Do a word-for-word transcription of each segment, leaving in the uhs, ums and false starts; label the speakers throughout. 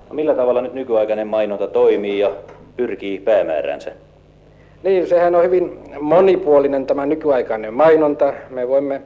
Speaker 1: No millä tavalla nyt nykyaikainen mainonta toimii ja pyrkii päämääränsä?
Speaker 2: Niin, sehän on hyvin monipuolinen tämä nykyaikainen mainonta. Me voimme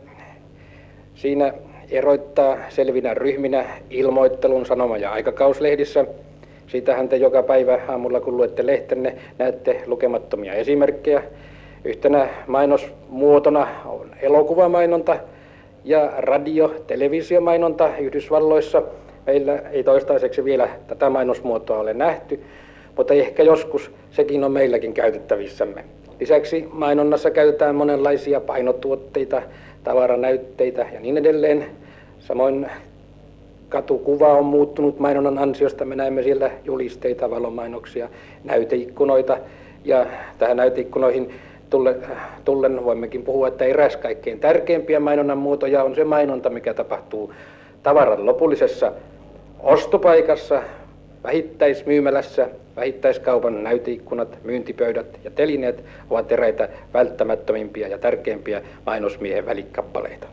Speaker 2: siinä erottaa selvinä ryhminä ilmoittelun sanoma- ja aikakauslehdissä. Siitähän te joka päivä aamulla, kun luette lehtenne, näette lukemattomia esimerkkejä. Yhtenä mainosmuotona on elokuvamainonta ja radio-, televisiomainonta Yhdysvalloissa. Meillä ei toistaiseksi vielä tätä mainosmuotoa ole nähty, mutta ehkä joskus sekin on meilläkin käytettävissämme. Lisäksi mainonnassa käytetään monenlaisia painotuotteita, tavaranäytteitä ja niin edelleen. Samoin katukuva on muuttunut mainonnan ansiosta. Me näemme siellä julisteita, valomainoksia, näyteikkunoita. Ja tähän näyteikkunoihin tullen, tullen voimmekin puhua, että eräs kaikkein tärkeimpiä mainonnan muotoja on se mainonta, mikä tapahtuu tavaran lopullisessa ostopaikassa, vähittäismyymälässä. Vähittäiskaupan näyteikkunat, myyntipöydät ja telineet ovat eräitä välttämättömimpiä ja tärkeimpiä mainosmiehen välikappaleita.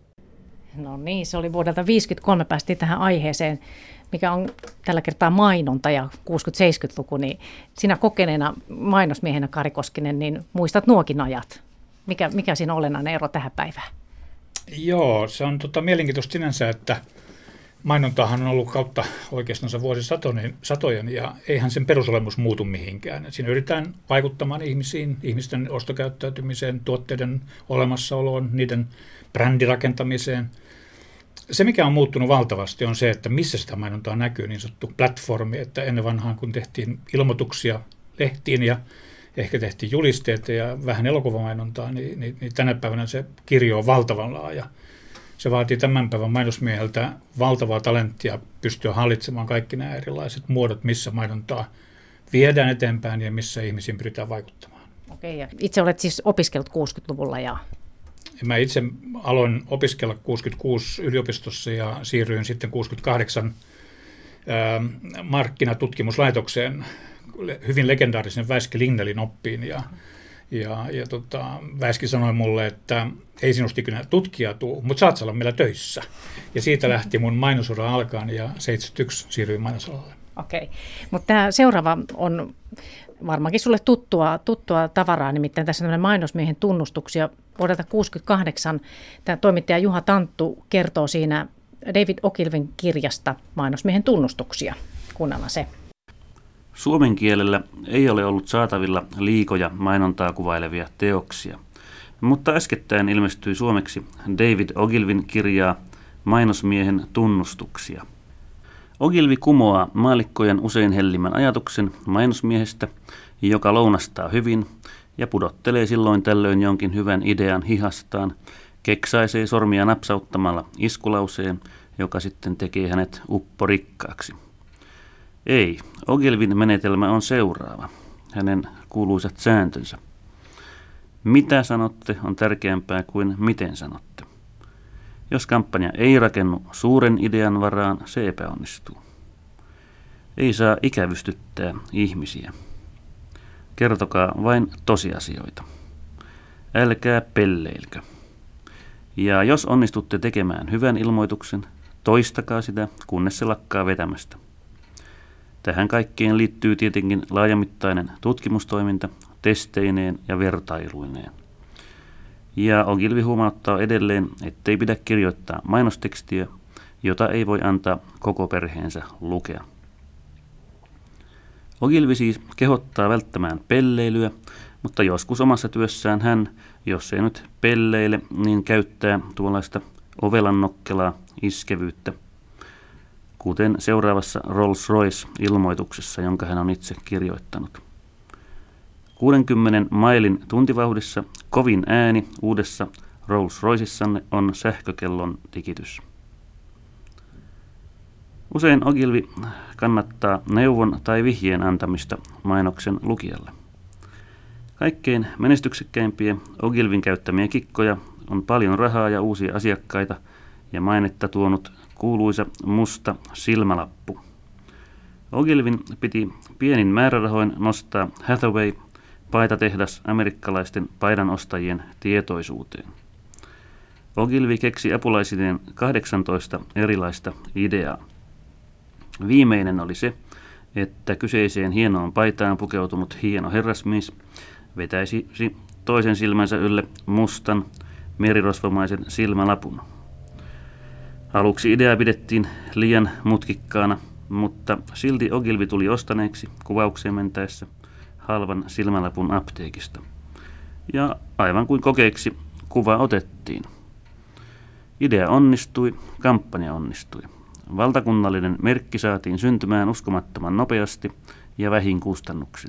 Speaker 3: No niin, se oli vuodelta viisikymmentäkolme, päästiin tähän aiheeseen, mikä on tällä kertaa mainonta ja kuusikymmentä-seitsemänkymmentäluku, niin sinä kokeneena mainosmiehenä, Kari Koskinen, niin muistat nuokin ajat. Mikä, mikä siinä on olennainen ero tähän päivään?
Speaker 4: Joo, se on tota, mielenkiintoista sinänsä, että mainontahan on ollut kautta oikeastaan vuosisatojen ja eihän sen perusolemus muutu mihinkään. Siinä yritetään vaikuttamaan ihmisiin, ihmisten ostokäyttäytymiseen, tuotteiden olemassaoloon, niiden brändirakentamiseen. Se, mikä on muuttunut valtavasti, on se, että missä sitä mainontaa näkyy, niin sanottu platformi, että ennen vanhaan, kun tehtiin ilmoituksia lehtiin ja ehkä tehtiin julisteita ja vähän elokuvamainontaa, niin, niin, niin tänä päivänä se kirjo on valtavan laaja. Se vaatii tämän päivän mainosmieheltä valtavaa talenttia pystyä hallitsemaan kaikki nämä erilaiset muodot, missä mainontaa viedään eteenpäin ja missä ihmisiin pyritään vaikuttamaan.
Speaker 3: Okei, ja itse olet siis opiskellut kuusikymmentäluvulla ja...
Speaker 4: Mä itse aloin opiskella kuusikymmentäkuusi yliopistossa ja siirryin sitten kuusikymmentäkahdeksan ää, markkinatutkimuslaitokseen hyvin legendaarisen Väiski Lignelin oppiin ja Ja, ja tota, Väiski sanoi mulle, että ei sinusta ikinä tutkija tuu, mutta saat olla meillä töissä. Ja siitä lähti mun mainosura alkaan ja seitsemänkymmentäyksi siirryin mainosalalle.
Speaker 3: Okei, mutta tämä seuraava on varmaankin sulle tuttua, tuttua tavaraa, nimittäin tässä on mainosmiehen tunnustuksia. Vuodelta tuhatyhdeksänsataakuusikymmentäkahdeksan tämä toimittaja Juha Tanttu kertoo siinä David Ogilvyn kirjasta mainosmiehen tunnustuksia. Kuunnellaan se.
Speaker 5: Suomen kielellä ei ole ollut saatavilla liikoja mainontaa kuvailevia teoksia, mutta äskettäin ilmestyi suomeksi David Ogilvyn kirjaa Mainosmiehen tunnustuksia. Ogilvy kumoaa maallikkojen usein hellimän ajatuksen mainosmiehestä, joka lounastaa hyvin ja pudottelee silloin tällöin jonkin hyvän idean hihastaan, keksaisee sormia napsauttamalla iskulauseen, joka sitten tekee hänet upporikkaaksi. Ei, Ogilvyn menetelmä on seuraava, hänen kuuluisat sääntönsä. Mitä sanotte on tärkeämpää kuin miten sanotte. Jos kampanja ei rakennu suuren idean varaan, se epäonnistuu. Ei saa ikävystyttää ihmisiä. Kertokaa vain tosiasioita. Älkää pelleilkö. Ja jos onnistutte tekemään hyvän ilmoituksen, toistakaa sitä, kunnes se lakkaa vetämästä. Tähän kaikkeen liittyy tietenkin laajamittainen tutkimustoiminta testeineen ja vertailuineen. Ja Ogilvy huomauttaa edelleen, ettei pidä kirjoittaa mainostekstiä, jota ei voi antaa koko perheensä lukea. Ogilvy siis kehottaa välttämään pelleilyä, mutta joskus omassa työssään hän, jos ei nyt pelleile, niin käyttää tuollaista ovelannokkelaa iskevyyttä, kuten seuraavassa Rolls-Royce-ilmoituksessa, jonka hän on itse kirjoittanut. kuudenkymmenen mailin tuntivauhdissa kovin ääni uudessa Rolls-Royceissanne on sähkökellon tikitys. Usein Ogilvy kannattaa neuvon tai vihjeen antamista mainoksen lukijalle. Kaikkein menestyksekkäimpiä Ogilvyn käyttämiä kikkoja on paljon rahaa ja uusia asiakkaita ja mainetta tuonut kuuluisa musta silmälappu. Ogilvyn piti pienin määrärahoin nostaa Hathaway paitatehdas amerikkalaisten paidanostajien tietoisuuteen. Ogilvy keksi apulaisineen kahdeksantoista erilaista ideaa. Viimeinen oli se, että kyseiseen hienoon paitaan pukeutunut hieno herrasmies vetäisi toisen silmänsä ylle mustan, merirosvomaisen silmälapun. Aluksi idea pidettiin liian mutkikkaana, mutta silti Ogilvy tuli ostaneeksi kuvaukseen mentäessä halvan silmälapun apteekista. Ja aivan kuin kokeeksi kuva otettiin. Idea onnistui, kampanja onnistui. Valtakunnallinen merkki saatiin syntymään uskomattoman nopeasti ja vähin kustannuksin.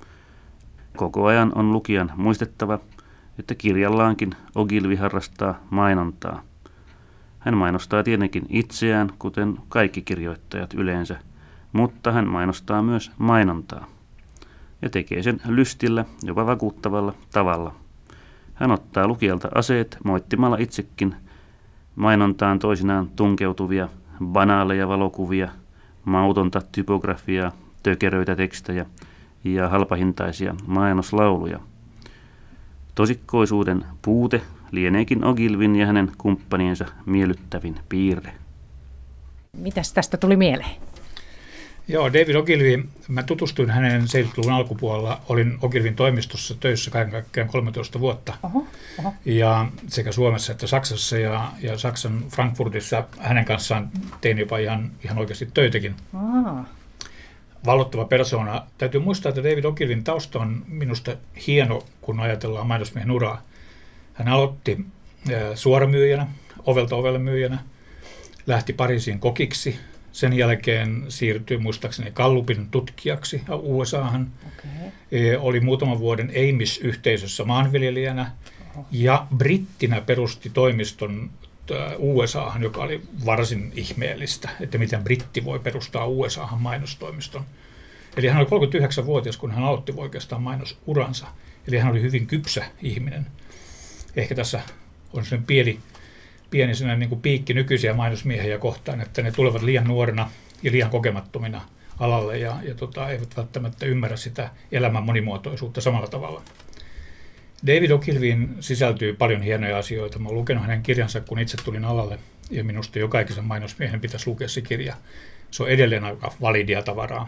Speaker 5: Koko ajan on lukijan muistettava, että kirjallaankin Ogilvy harrastaa mainontaa. Hän mainostaa tietenkin itseään, kuten kaikki kirjoittajat yleensä, mutta hän mainostaa myös mainontaa. Ja tekee sen lystillä, jopa vakuuttavalla tavalla. Hän ottaa lukijalta aseet moittimalla itsekin mainontaan toisinaan tunkeutuvia, banaaleja valokuvia, mautonta typografiaa, tökeröitä tekstejä ja halpahintaisia mainoslauluja. Tosikkoisuuden puute lieneekin Ogilvyn ja hänen kumppaniensa miellyttävin piirre.
Speaker 3: Mitäs tästä tuli mieleen?
Speaker 4: Joo, David Ogilvy, mä tutustuin hänen seitsemänkymmentäluvun alkupuolella, olin Ogilvyn toimistossa töissä kaiken kaikkiaan kolmetoista vuotta. Oho, oho. Ja sekä Suomessa että Saksassa ja, ja Saksan Frankfurtissa hänen kanssaan tein jopa ihan, ihan oikeasti töitäkin. Aha. Vallottava persoona. Täytyy muistaa, että David Ogilvyn tausta on minusta hieno, kun ajatellaan mainosmiehen uraa. Hän aloitti suoramyyjänä, ovelta ovelle myyjänä, lähti Pariisiin kokiksi. Sen jälkeen siirtyi muistaakseni Gallupin tutkijaksi U S A:han. Okay. Oli muutaman vuoden Amis-yhteisössä maanviljelijänä. Oho. Ja brittinä perusti toimiston U S A:han, joka oli varsin ihmeellistä, että miten britti voi perustaa U S A:han mainostoimiston. Eli hän oli kolmekymmentäyhdeksänvuotias, kun hän aloitti oikeastaan mainosuransa. Eli hän oli hyvin kypsä ihminen. Ehkä tässä on sen pieni, pieni niin kuin piikki nykyisiä mainosmiehiä kohtaan, että ne tulevat liian nuorena ja liian kokemattomina alalle ja, ja tota, eivät välttämättä ymmärrä sitä elämän monimuotoisuutta samalla tavalla. David Ogilvyin sisältyy paljon hienoja asioita. Mä olen lukenut hänen kirjansa, kun itse tulin alalle, ja minusta jokaisen mainosmiehen pitäisi lukea se kirja. Se on edelleen aika validia tavaraa.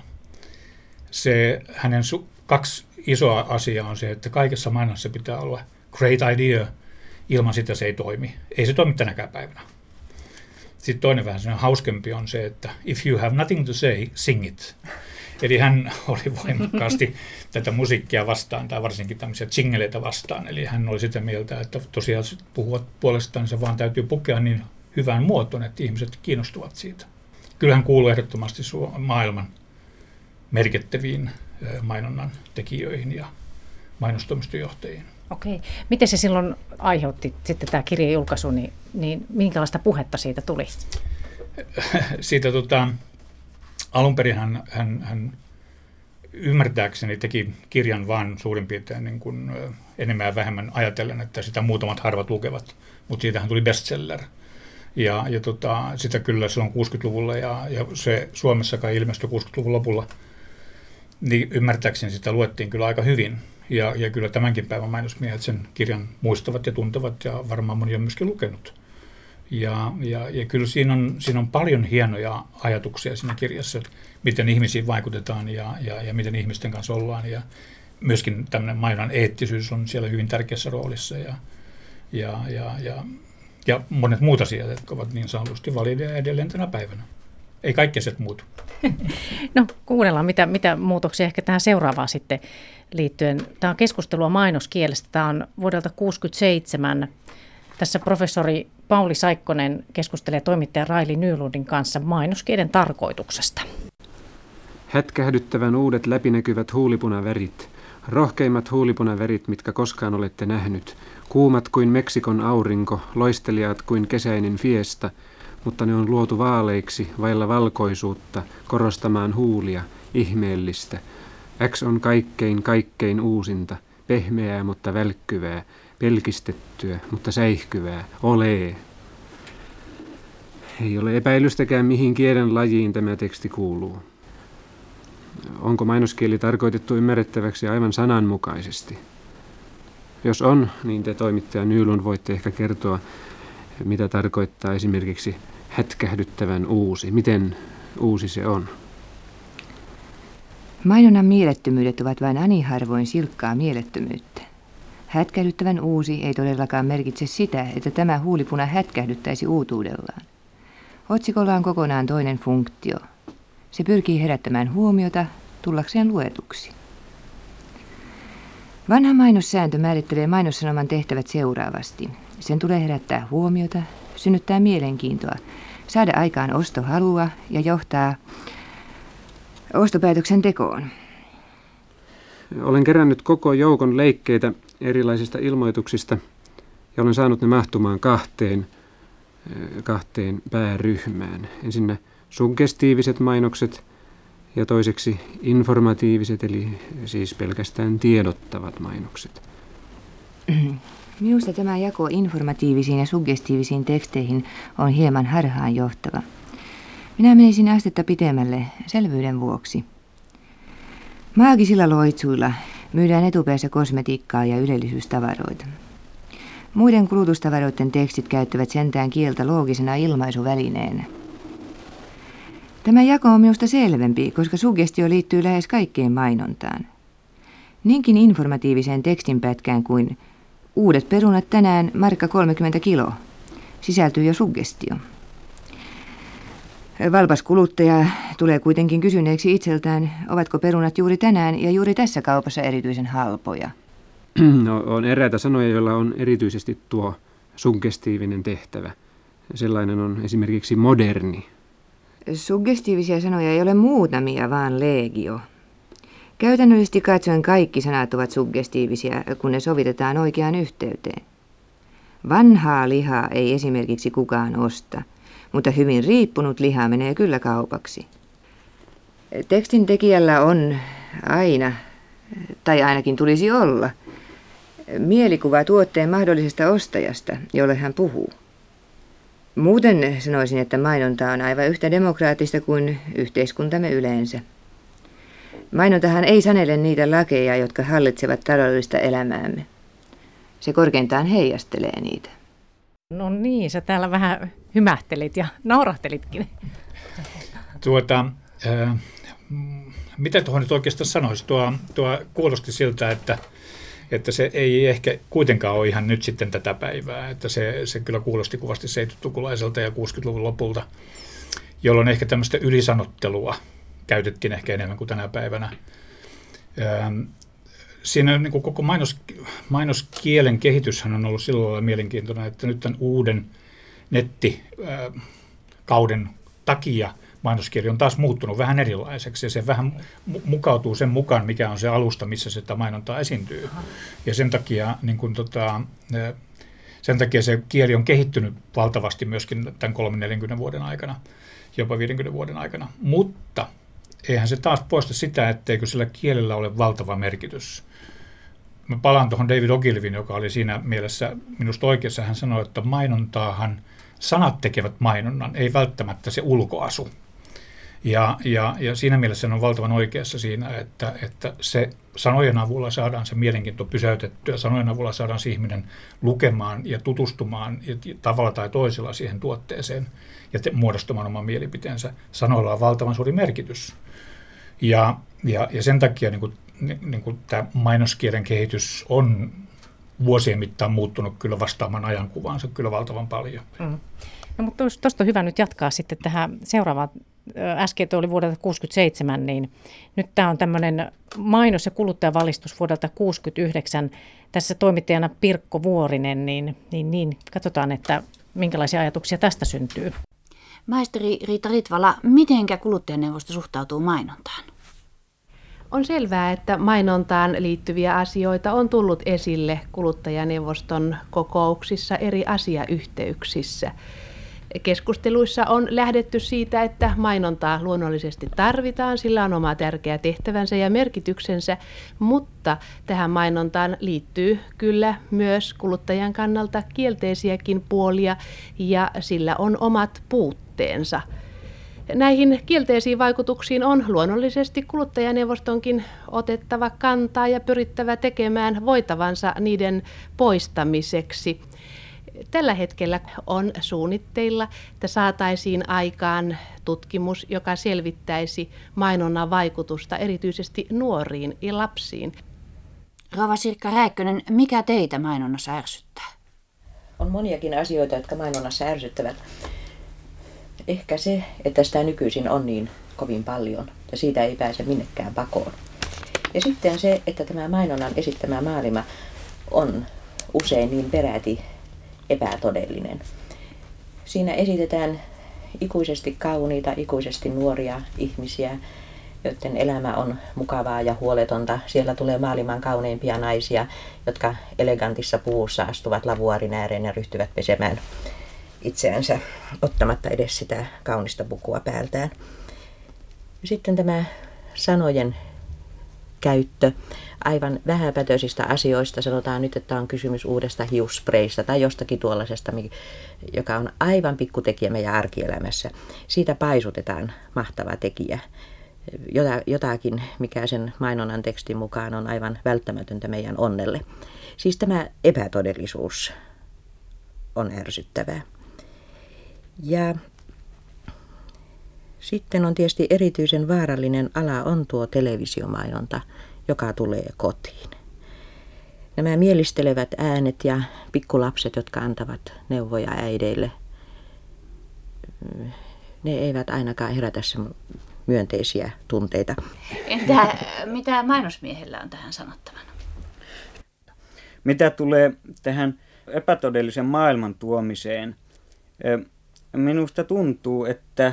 Speaker 4: Se, hänen su- kaksi isoa asiaa on se, että kaikessa mainonnassa pitää olla great idea, ilman sitä se ei toimi. Ei se toimi tänäkään päivänä. Sitten toinen vähän sellainen hauskempi on se, että if you have nothing to say, sing it. Eli hän oli voimakkaasti tätä musiikkia vastaan, tai varsinkin tämmöisiä jingleitä vastaan. Eli hän oli sitä mieltä, että tosiaan puhuvat puolestaan, niin se vaan täytyy pukea niin hyvään muotoon, että ihmiset kiinnostuvat siitä. Kyllä hän kuuluu ehdottomasti maailman merkittäviin mainonnan tekijöihin ja mainostoimistojohtajiin.
Speaker 3: Okei. Miten se silloin aiheutti sitten tämä kirjan julkaisu, niin, niin minkälaista puhetta siitä tuli?
Speaker 4: Siitä tota, alun perin hän, hän, hän ymmärtääkseni teki kirjan vain suurin piirtein niin kuin enemmän ja vähemmän ajatellen, että sitä muutamat harvat lukevat, mutta siitähän tuli bestseller. Ja, ja tota, sitä kyllä silloin kuusikymmentäluvulla ja, ja se Suomessakaan ilmestyi kuusikymmentäluvun lopulla, niin ymmärtääkseni sitä luettiin kyllä aika hyvin. Ja, ja kyllä tämänkin päivän mainosmiehet sen kirjan muistavat ja tuntevat ja varmaan moni on myöskin lukenut. Ja, ja, ja kyllä siinä on, siinä on paljon hienoja ajatuksia siinä kirjassa, että miten ihmisiin vaikutetaan ja, ja, ja miten ihmisten kanssa ollaan. Ja myöskin tämmöinen mainonnan eettisyys on siellä hyvin tärkeässä roolissa ja, ja, ja, ja, ja monet muut asiat, jotka ovat niin sanotusti valideja edelleen tänä päivänä. Ei kaikki asiat muutu.
Speaker 3: No kuunnellaan, mitä, mitä muutoksia ehkä tähän seuraavaan sitten liittyen. Tämä on keskustelua mainoskielestä. Tämä on vuodelta tuhatyhdeksänsataakuusikymmentäseitsemän. Tässä professori Pauli Saikkonen keskustelee toimittaja Raili Nylundin kanssa mainoskielen tarkoituksesta.
Speaker 6: Hätkähdyttävän uudet läpinäkyvät huulipunavärit. Rohkeimmat huulipunavärit, mitkä koskaan olette nähnyt. Kuumat kuin Meksikon aurinko, loisteliaat kuin kesäinen fiesta, mutta ne on luotu vaaleiksi, vailla valkoisuutta, korostamaan huulia, ihmeellistä. X on kaikkein kaikkein uusinta, pehmeää, mutta välkkyvää, pelkistettyä, mutta säihkyvää, olee. Ei ole epäilystäkään, mihin kielen lajiin tämä teksti kuuluu. Onko mainoskieli tarkoitettu ymmärrettäväksi aivan sananmukaisesti? Jos on, niin te toimittaja Nylund voitte ehkä kertoa, mitä tarkoittaa esimerkiksi hätkähdyttävän uusi. Miten uusi se on.
Speaker 7: Mainonnan mielettömyydet ovat vain ani harvoin silkkaa mielettömyyttä. Hätkähdyttävän uusi ei todellakaan merkitse sitä, että tämä huulipuna hätkähdyttäisi uutuudellaan. Otsikolla on kokonaan toinen funktio. Se pyrkii herättämään huomiota tullakseen luetuksi. Vanha mainossääntö määrittelee mainossanoman tehtävät seuraavasti. Sen tulee herättää huomiota, synnyttää mielenkiintoa, saada aikaan ostohalua ja johtaa ostopäätöksen tekoon.
Speaker 6: Olen kerännyt koko joukon leikkeitä erilaisista ilmoituksista ja olen saanut ne mahtumaan kahteen, kahteen pääryhmään. Ensinnä suggestiiviset mainokset ja toiseksi informatiiviset, eli siis pelkästään tiedottavat mainokset.
Speaker 7: Minusta tämä jako informatiivisiin ja suggestiivisiin teksteihin on hieman harhaanjohtava. Minä menisin astetta pitemmälle selvyyden vuoksi. Maagisilla loitsuilla myydään etupäässä kosmetiikkaa ja ylellisyystavaroita. Muiden kulutustavaroiden tekstit käyttävät sentään kieltä loogisena ilmaisuvälineenä. Tämä jako on minusta selvempi, koska suggestio liittyy lähes kaikkeen mainontaan. Niinkin informatiiviseen tekstinpätkään kuin uudet perunat tänään markka kolmekymmentä kilo sisältyy jo suggestio. Valpas kuluttaja tulee kuitenkin kysyneeksi itseltään, ovatko perunat juuri tänään ja juuri tässä kaupassa erityisen halpoja.
Speaker 6: No, on eräitä sanoja, joilla on erityisesti tuo suggestiivinen tehtävä. Sellainen on esimerkiksi moderni.
Speaker 7: Suggestiivisia sanoja ei ole muutamia, vaan legio. Käytännöllisesti katsoen kaikki sanat ovat suggestiivisia, kun ne sovitetaan oikeaan yhteyteen. Vanhaa lihaa ei esimerkiksi kukaan osta, mutta hyvin riippunut liha menee kyllä kaupaksi. Tekstin tekijällä on aina, tai ainakin tulisi olla, mielikuva tuotteen mahdollisesta ostajasta, jolle hän puhuu. Muuten sanoisin, että mainonta on aivan yhtä demokraattista kuin yhteiskuntamme yleensä. Mainontahan ei sanele niitä lakeja, jotka hallitsevat taloudellista elämäämme. Se korkeintaan heijastelee niitä.
Speaker 3: No niin, sä täällä vähän hymähtelit ja naurahtelitkin.
Speaker 4: Tuota, äh, mitä tuohon nyt oikeastaan sanoisi? Tuo, tuo kuulosti siltä, että, että se ei ehkä kuitenkaan ole ihan nyt sitten tätä päivää. Että se, se kyllä kuulosti kuvasti seitsemänkymmentälukulaiselta ja kuusikymmentäluvun lopulta, jolloin ehkä tämmöistä ylisanottelua käytettiin ehkä enemmän kuin tänä päivänä. Ähm, Siinä niin kuin koko mainos, mainoskielen kehityshän on ollut sillä lailla mielenkiintoinen, että nyt tämän uuden nettikauden takia mainoskieli on taas muuttunut vähän erilaiseksi ja se vähän mukautuu sen mukaan, mikä on se alusta, missä sitä mainontaa esiintyy. Ja sen takia, niin kuin tota, sen takia se kieli on kehittynyt valtavasti myöskin tämän kolmekymmentä neljäkymmentä vuoden aikana, jopa viidenkymmenen vuoden aikana. Mutta eihän se taas poista sitä, etteikö sillä kielellä ole valtava merkitys. Mä palaan tuohon David Ogilvyin, joka oli siinä mielessä minusta oikeassa. Hän sanoi, että mainontaahan sanat tekevät mainonnan, ei välttämättä se ulkoasu. Ja, ja, ja siinä mielessä on valtavan oikeassa siinä, että, että se sanojen avulla saadaan se mielenkiinto pysäytettyä. Sanojen avulla saadaan se ihminen lukemaan ja tutustumaan ja tavalla tai toisella siihen tuotteeseen ja te, muodostamaan oman mielipiteensä. Sanoilla on valtavan suuri merkitys. Ja, ja, ja sen takia niin kuin, niin kuin tämä mainoskielen kehitys on vuosien mittaan muuttunut kyllä vastaamaan ajankuvaansa kyllä valtavan paljon.
Speaker 3: Mm. No, mutta tuosta on hyvä nyt jatkaa sitten tähän seuraavaan. Äsken oli vuodelta kuusikymmentäseitsemän, niin nyt tämä on tämmöinen mainos- ja kuluttajavalistus vuodelta kuusikymmentäyhdeksän. Tässä toimittajana Pirkko Vuorinen, niin, niin, niin katsotaan, että minkälaisia ajatuksia tästä syntyy.
Speaker 8: Maisteri Riitta Ritvala, mitenkä kuluttajaneuvosto suhtautuu mainontaan?
Speaker 9: On selvää, että mainontaan liittyviä asioita on tullut esille kuluttajaneuvoston kokouksissa eri asiayhteyksissä. Keskusteluissa on lähdetty siitä, että mainontaa luonnollisesti tarvitaan, sillä on oma tärkeä tehtävänsä ja merkityksensä, mutta tähän mainontaan liittyy kyllä myös kuluttajan kannalta kielteisiäkin puolia ja sillä on omat puutteensa. Näihin kielteisiin vaikutuksiin on luonnollisesti kuluttajaneuvostonkin otettava kantaa ja pyrittävä tekemään voitavansa niiden poistamiseksi. Tällä hetkellä on suunnitteilla, että saataisiin aikaan tutkimus, joka selvittäisi mainonnan vaikutusta erityisesti nuoriin ja lapsiin.
Speaker 8: Rouva Sirkka Räikkönen, mikä teitä mainonnassa ärsyttää?
Speaker 10: On moniakin asioita, jotka mainonnassa ärsyttävät. Ehkä se, että sitä nykyisin on niin kovin paljon ja siitä ei pääse minnekään pakoon. Ja sitten se, että tämä mainonnan esittämä maailma on usein niin peräti epätodellinen. Siinä esitetään ikuisesti kauniita, ikuisesti nuoria ihmisiä, joiden elämä on mukavaa ja huoletonta. Siellä tulee maailman kauneimpia naisia, jotka elegantissa puvussa astuvat lavuaarin ääreen ja ryhtyvät pesemään itseänsä ottamatta edes sitä kaunista pukua päältään. Sitten tämä sanojen käyttö aivan vähäpätöisistä asioista. Sanotaan nyt, että on kysymys uudesta hiusspreista tai jostakin tuollaisesta, joka on aivan pikkutekijä meidän arkielämässä. Siitä paisutetaan mahtava tekijä. Jotakin, mikä sen mainonnan tekstin mukaan on aivan välttämätöntä meidän onnelle. Siis tämä epätodellisuus on ärsyttävää. Ja sitten on tietysti erityisen vaarallinen ala on tuo televisiomainonta, joka tulee kotiin. Nämä mielistelevät äänet ja pikkulapset, jotka antavat neuvoja äideille, ne eivät ainakaan herätä myönteisiä tunteita.
Speaker 8: Entä mitä mainosmiehellä on tähän sanottavana?
Speaker 11: Mitä tulee tähän epätodellisen maailman tuomiseen, minusta tuntuu, että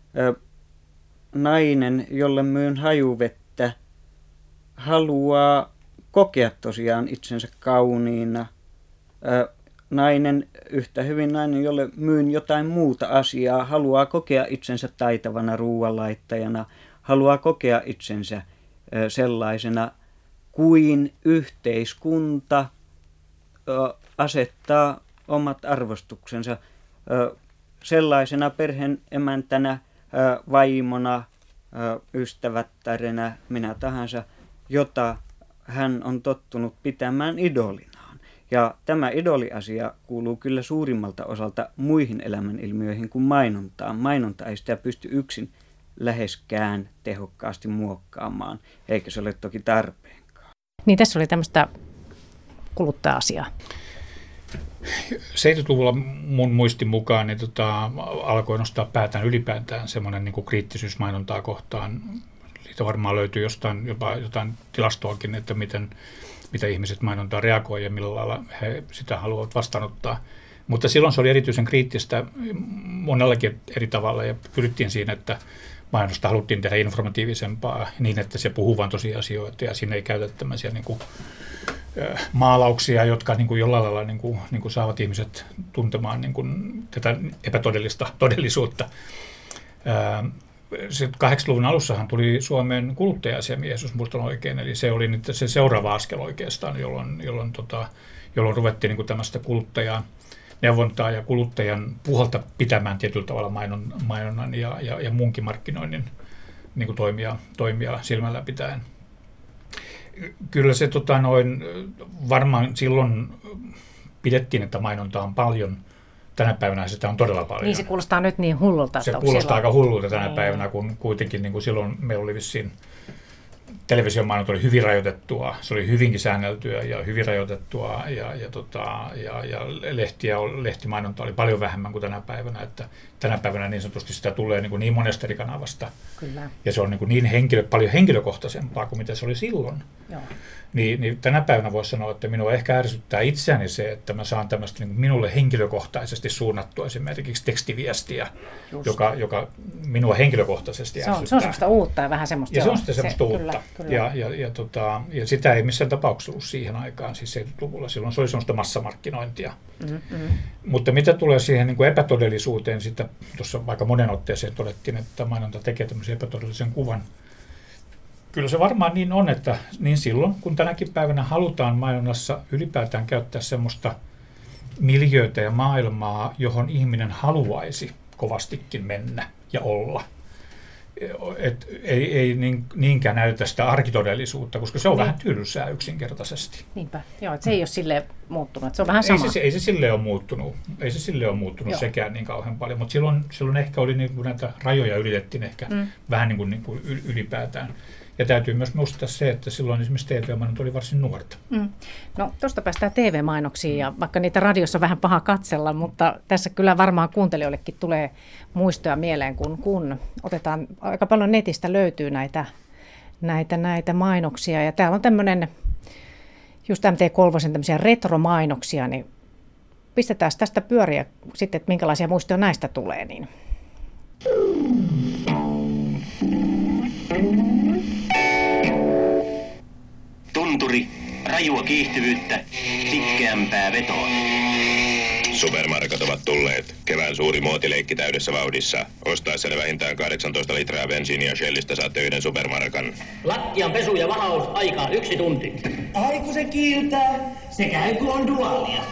Speaker 11: nainen, jolle myyn hajuvettä, haluaa kokea tosiaan itsensä kauniina. Nainen, yhtä hyvin nainen, jolle myyn jotain muuta asiaa, haluaa kokea itsensä taitavana ruoanlaittajana, haluaa kokea itsensä sellaisena kuin yhteiskunta asettaa omat arvostuksensa, sellaisena perheen emäntänä, vaimona, ystävättärenä, minä tahansa, jota hän on tottunut pitämään idolinaan. Ja tämä idoliasia kuuluu kyllä suurimmalta osalta muihin elämänilmiöihin kuin mainontaan. Mainonta ei sitä pysty yksin läheskään tehokkaasti muokkaamaan, eikä se ole toki tarpeenkaan.
Speaker 3: Niin tässä oli tämmöistä kuluttaja-asiaa.
Speaker 4: seitsemänkymmentäluvulla mun muistin mukaan niin tota, alkoi nostaa päätään ylipäätään semmoinen niin kuin kriittisyys mainontaa kohtaan. Siitä varmaan löytyy jostain jopa jotain tilastoakin, että miten, mitä ihmiset mainontaa reagoi ja millä lailla he sitä haluavat vastaanottaa. Mutta silloin se oli erityisen kriittistä monellakin eri tavalla ja pyrittiin siinä, että mainosta haluttiin tehdä informatiivisempaa niin, että se puhuu vain tosiasioita ja siinä ei käytetä tämmöisiä niin kuin maalauksia, jotka niin kuin jollain lailla niin kuin, niin kuin saavat ihmiset tuntemaan niin kuin tätä epätodellista todellisuutta. kahdeksankymmentäluvun alussahan tuli Suomeen kuluttaja-asiamies, jos muistan oikein, eli se oli nyt se seuraava askel oikeastaan, jolloin, jolloin, tota, jolloin ruvettiin niin kuin tämmöistä kuluttajaa neuvontaa ja kuluttajan puolta pitämään tietyllä tavalla mainon, mainonnan ja, ja, ja muunkin markkinoinnin niin kuin toimia, toimia silmällä pitäen. Kyllä se tota, noin, varmaan silloin pidettiin, että mainontaa on paljon. Tänä päivänä sitä on todella paljon.
Speaker 3: Niin se kuulostaa nyt niin hullulta.
Speaker 4: Se kuulostaa siellä aika hullulta tänä niin. päivänä, kun kuitenkin niin kuin silloin meillä oli vissiin televisiomainonta oli hyvin rajoitettua, se oli hyvinkin säänneltyä ja hyvin rajoitettua ja, ja, tota, ja, ja lehtiä, lehtimainonta oli paljon vähemmän kuin tänä päivänä, että tänä päivänä niin sanotusti sitä tulee niin, kuin niin monesta eri kanavasta. Kyllä. Ja se on niin, kuin niin henkilö, paljon henkilökohtaisempaa kuin mitä se oli silloin. Joo. Niin, niin tänä päivänä voisi sanoa, että minua ehkä ärsyttää itseäni se, että mä saan tämmöistä niin minulle henkilökohtaisesti suunnattua esimerkiksi tekstiviestiä, joka, joka minua henkilökohtaisesti
Speaker 3: se on,
Speaker 4: ärsyttää.
Speaker 3: Se on semmoista uutta ja vähän semmoista.
Speaker 4: Ja se on sitten semmoista
Speaker 3: se,
Speaker 4: uutta.
Speaker 3: Kyllä, kyllä.
Speaker 4: Ja, ja, ja, tota, ja sitä ei missään tapauksessa ollut siihen aikaan, siis seitsemänkymmentäluvulla. Silloin se oli semmoista massamarkkinointia. Mm-hmm. Mutta mitä tulee siihen niin kuin epätodellisuuteen, sitä tuossa vaikka monen otteeseen todettiin, että mainonta tekee tämmöisen epätodellisen kuvan. Kyllä se varmaan niin on, että niin silloin, kun tänäkin päivänä halutaan mainonnassa ylipäätään käyttää semmoista miljöötä ja maailmaa, johon ihminen haluaisi kovastikin mennä ja olla, et ei, ei niin, niinkään näytä sitä arkitodellisuutta, koska se on niin vähän tylsää yksinkertaisesti.
Speaker 3: Niinpä, joo, että se ei ole silleen muuttunut, että se on vähän sama.
Speaker 4: Ei se, ei se silleen ole muuttunut, ei se silleen ole muuttunut sekään niin kauhean paljon, mutta silloin, silloin ehkä oli niin kuin näitä rajoja ylitettiin ehkä mm. vähän niin kuin, niin kuin ylipäätään. Ja täytyy myös muistaa se, että silloin esimerkiksi T V-mainonta oli varsin nuorta. Mm.
Speaker 3: No tuosta päästään T V-mainoksiin, ja vaikka niitä radiossa on vähän paha katsella, mutta tässä kyllä varmaan kuuntelijoillekin tulee muistoja mieleen, kun, kun otetaan, aika paljon netistä löytyy näitä, näitä, näitä mainoksia. Ja täällä on tämmöinen, just M T Kolvosen tämmöisiä retromainoksia, niin pistetään tästä pyöriä sitten, että minkälaisia muistoja näistä tulee. Niin.
Speaker 12: Tunturi, rajua kiihtyvyyttä, sitkeämpää vetoa.
Speaker 13: Supermarkat ovat tulleet. Kevään suuri muotileikki täydessä vauhdissa. Ostaessanne vähintään kahdeksantoista litraa bensiiniä Shellistä saatte yhden supermarkan.
Speaker 12: Lattian pesu ja vahaus aikaa yksi tunti.
Speaker 14: Ai kun se kiiltää, se käy kun on duaalia.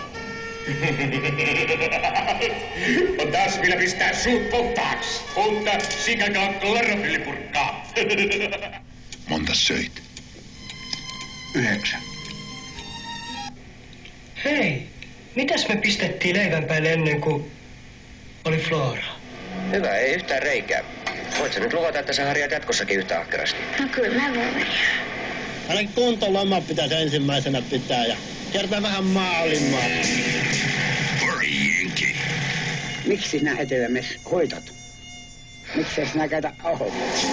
Speaker 13: On taas vielä pistää suut puhtaaksi. Uutta sikakaan klorofyllipurkkaa. Monta söit? Yhdeksän.
Speaker 14: Hei, mitäs me pistettiin leivän päälle ennen kuin oli Flora?
Speaker 15: Hyvä, ei yhtään reikää. Voit sä nyt luvata, että sä harjaat jatkossakin yhtä ahkerasti?
Speaker 16: No kyllä mä voin.
Speaker 17: Ainakin kuntoloma pitäisi ensimmäisenä pitää ja kertaa vähän maailmaa.
Speaker 13: Porjinki.
Speaker 17: Miksi sinä Etelämies hoitat? Miksi sinä käytä ahoa?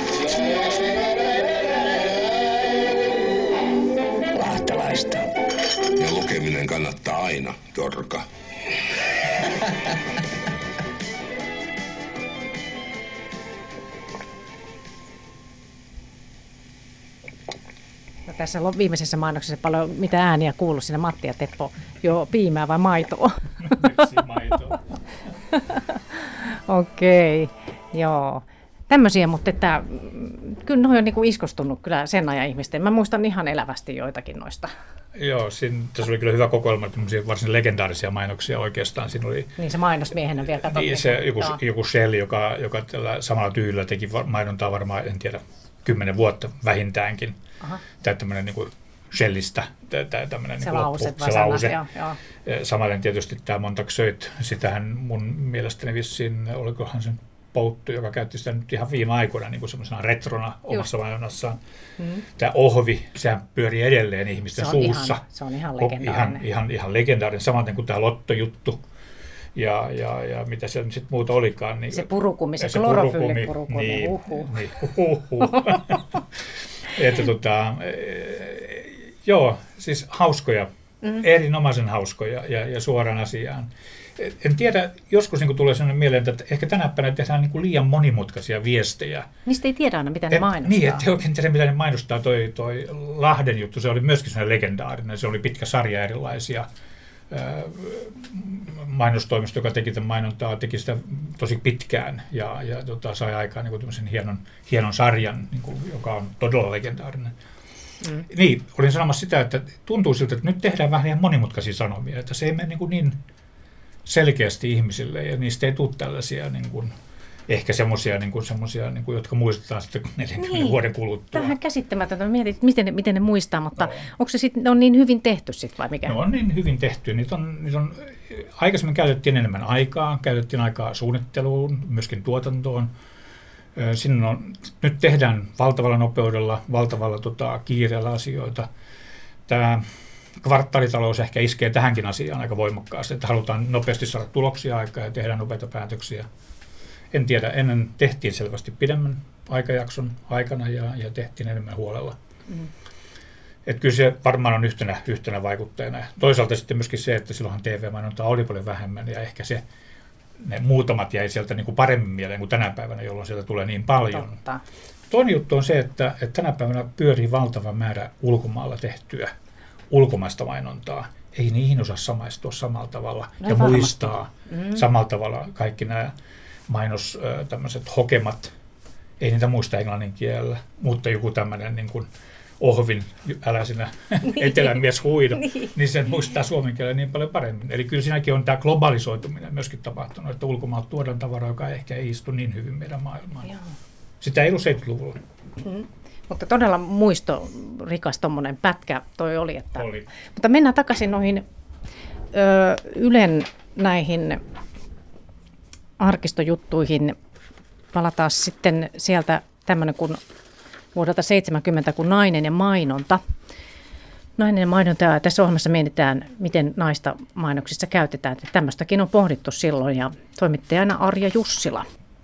Speaker 13: Lahtelaista. Ja lukeminen kannattaa aina, Torka.
Speaker 3: No, tässä on viimeisessä mainoksessa paljon mitä ääniä kuuluu siinä Matti ja Teppo. Jo piimää vai maitoa?
Speaker 4: maitoa.
Speaker 3: Okei, okay, joo. Tämmöisiä, mutta että, kyllä ne on niin kuin iskostunut kyllä sen ajan ihmisten. Mä muistan ihan elävästi joitakin noista.
Speaker 4: Joo, siinä, tässä oli kyllä hyvä kokoelma, tämmöisiä varsin legendaarisia mainoksia oikeastaan. Siinä oli,
Speaker 3: niin se mainosmiehenä vielä katsottiin.
Speaker 4: Niin se joku, joku Shell, joka, joka tällä samalla tyylillä teki mainontaa varmaan, en tiedä, kymmenen vuotta vähintäänkin. Aha. Tämä tämmöinen niin kuin Shellistä, tämmöinen
Speaker 3: se
Speaker 4: niin
Speaker 3: lause.
Speaker 4: Loppu, se lause. Joo, joo. Samaten tietysti tämä Montag söit, sitähän mun mielestäni vissiin, olikohan sen Pouttu, joka käytti sitä nyt ihan viime aikoina niin kuin semmoisena retrona omassa mainonnassaan. Mm-hmm. Tämä ohvi, sehän pyörii edelleen ihmisten
Speaker 3: se
Speaker 4: suussa.
Speaker 3: Ihan, se on ihan legendaarinen.
Speaker 4: Ihan, ihan, ihan legendaarinen, samaten kuin tämä Lottojuttu. Ja, ja, ja mitä siellä sitten muuta olikaan. Niin,
Speaker 3: se purukumi, se, se klorofyllipurukumi.
Speaker 4: Niin,
Speaker 3: uhuh.
Speaker 4: niin, uhuh. Että tota, joo, siis hauskoja, mm. erinomaisen hauskoja ja, ja suoraan asiaan. En tiedä, joskus niin tulee sellainen mieleen, että ehkä tänä päivänä tehdään niin liian monimutkaisia viestejä.
Speaker 3: Niistä ei tiedä aina, mitä ne et, mainostaa.
Speaker 4: Niin, ettei oikein tiedä, mitä ne mainostaa. Toi, toi Lahden juttu, se oli myöskin sellainen legendaarinen. Se oli pitkä sarja erilaisia ää, mainostoimisto, joka teki tämän mainontaa, teki sitä tosi pitkään ja, ja tota, sai aikaan niin tämmöisen hienon, hienon sarjan, niin kuin, joka on todella legendaarinen. Mm. Niin, olin sanomassa sitä, että tuntuu siltä, että nyt tehdään vähän liian monimutkaisia sanomia, että se ei mene niin, kuin niin selkeästi ihmisille ja niistä ei tule tällaisia niin kuin, ehkä semmoisia, niin kuin, semmoisia, niin kuin, jotka muistetaan sitten neljänkymmenen niin, vuoden kuluttua.
Speaker 3: Tähän käsittämätöntä. Mietin, miten ne, miten ne muistaa, mutta no. Onko se sitten, ne on niin hyvin tehty sitten vai mikä?
Speaker 4: Ne on niin hyvin tehty. Niitä on, niitä on, aikaisemmin käytettiin enemmän aikaa, käytettiin aikaa suunnitteluun, myöskin tuotantoon. Sinne on, nyt tehdään valtavalla nopeudella, valtavalla tota, kiireellä asioita. Tämä kvartaalitalous ehkä iskee tähänkin asiaan aika voimakkaasti, että halutaan nopeasti saada tuloksia aikaa ja tehdään nopeita päätöksiä. En tiedä, ennen tehtiin selvästi pidemmän aikajakson aikana ja, ja tehtiin enemmän huolella. Mm. Että kyllä se varmaan on yhtenä, yhtenä vaikuttajana. Toisaalta sitten myöskin se, että silloinhan T V-mainontaa oli paljon vähemmän ja ehkä se, ne muutamat jäi sieltä niin kuin paremmin mieleen kuin tänä päivänä, jolloin sieltä tulee niin paljon.
Speaker 3: Totta.
Speaker 4: Toinen juttu on se, että, että tänä päivänä pyörii valtava määrä ulkomailla tehtyä ulkomaista mainontaa. Ei niihin osaa samaistua samalla tavalla no, ja varmasti muistaa mm. samalla tavalla kaikki nämä mainos tämmöiset hokemat. Ei niitä muista englannin kielellä, mutta joku tämmöinen niin kuin ohvin, älä sinä etelämies huido, niin. niin sen muistaa suomen kielellä niin paljon paremmin. Eli kyllä siinäkin on tämä globalisoituminen myöskin tapahtunut, että ulkomailta tuodaan tavaraa, joka ehkä ei istu niin hyvin meidän maailmaan. Joo. Sitä ei ollut seitsemänkymmentäluvulla.
Speaker 3: Mm. Mutta todella muistorikas tuommoinen pätkä toi oli. Että...
Speaker 4: oli.
Speaker 3: Mutta mennään takaisin noihin ö, Ylen näihin arkistojuttuihin. Palataan sitten sieltä tämmöinen kuin vuodelta seitsemänkymmentä kuin Nainen ja mainonta. Nainen ja mainonta, ja tässä ohjelmassa mietitään, miten naista mainoksissa käytetään. Että tämmöistäkin on pohdittu silloin, ja toimittajana Arja Jussila.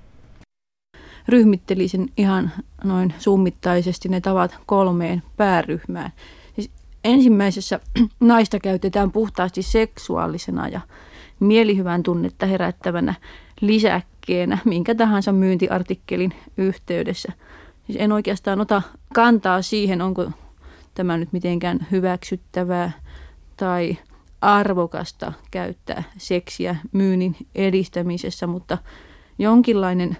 Speaker 16: Ryhmittelisin ihan noin summittaisesti ne tavat kolmeen pääryhmään. Siis ensimmäisessä naista käytetään puhtaasti seksuaalisena ja mielihyvän tunnetta herättävänä lisäkkeenä minkä tahansa myyntiartikkelin yhteydessä. Siis en oikeastaan ota kantaa siihen, onko tämä nyt mitenkään hyväksyttävää tai arvokasta käyttää seksiä myynnin edistämisessä, mutta jonkinlainen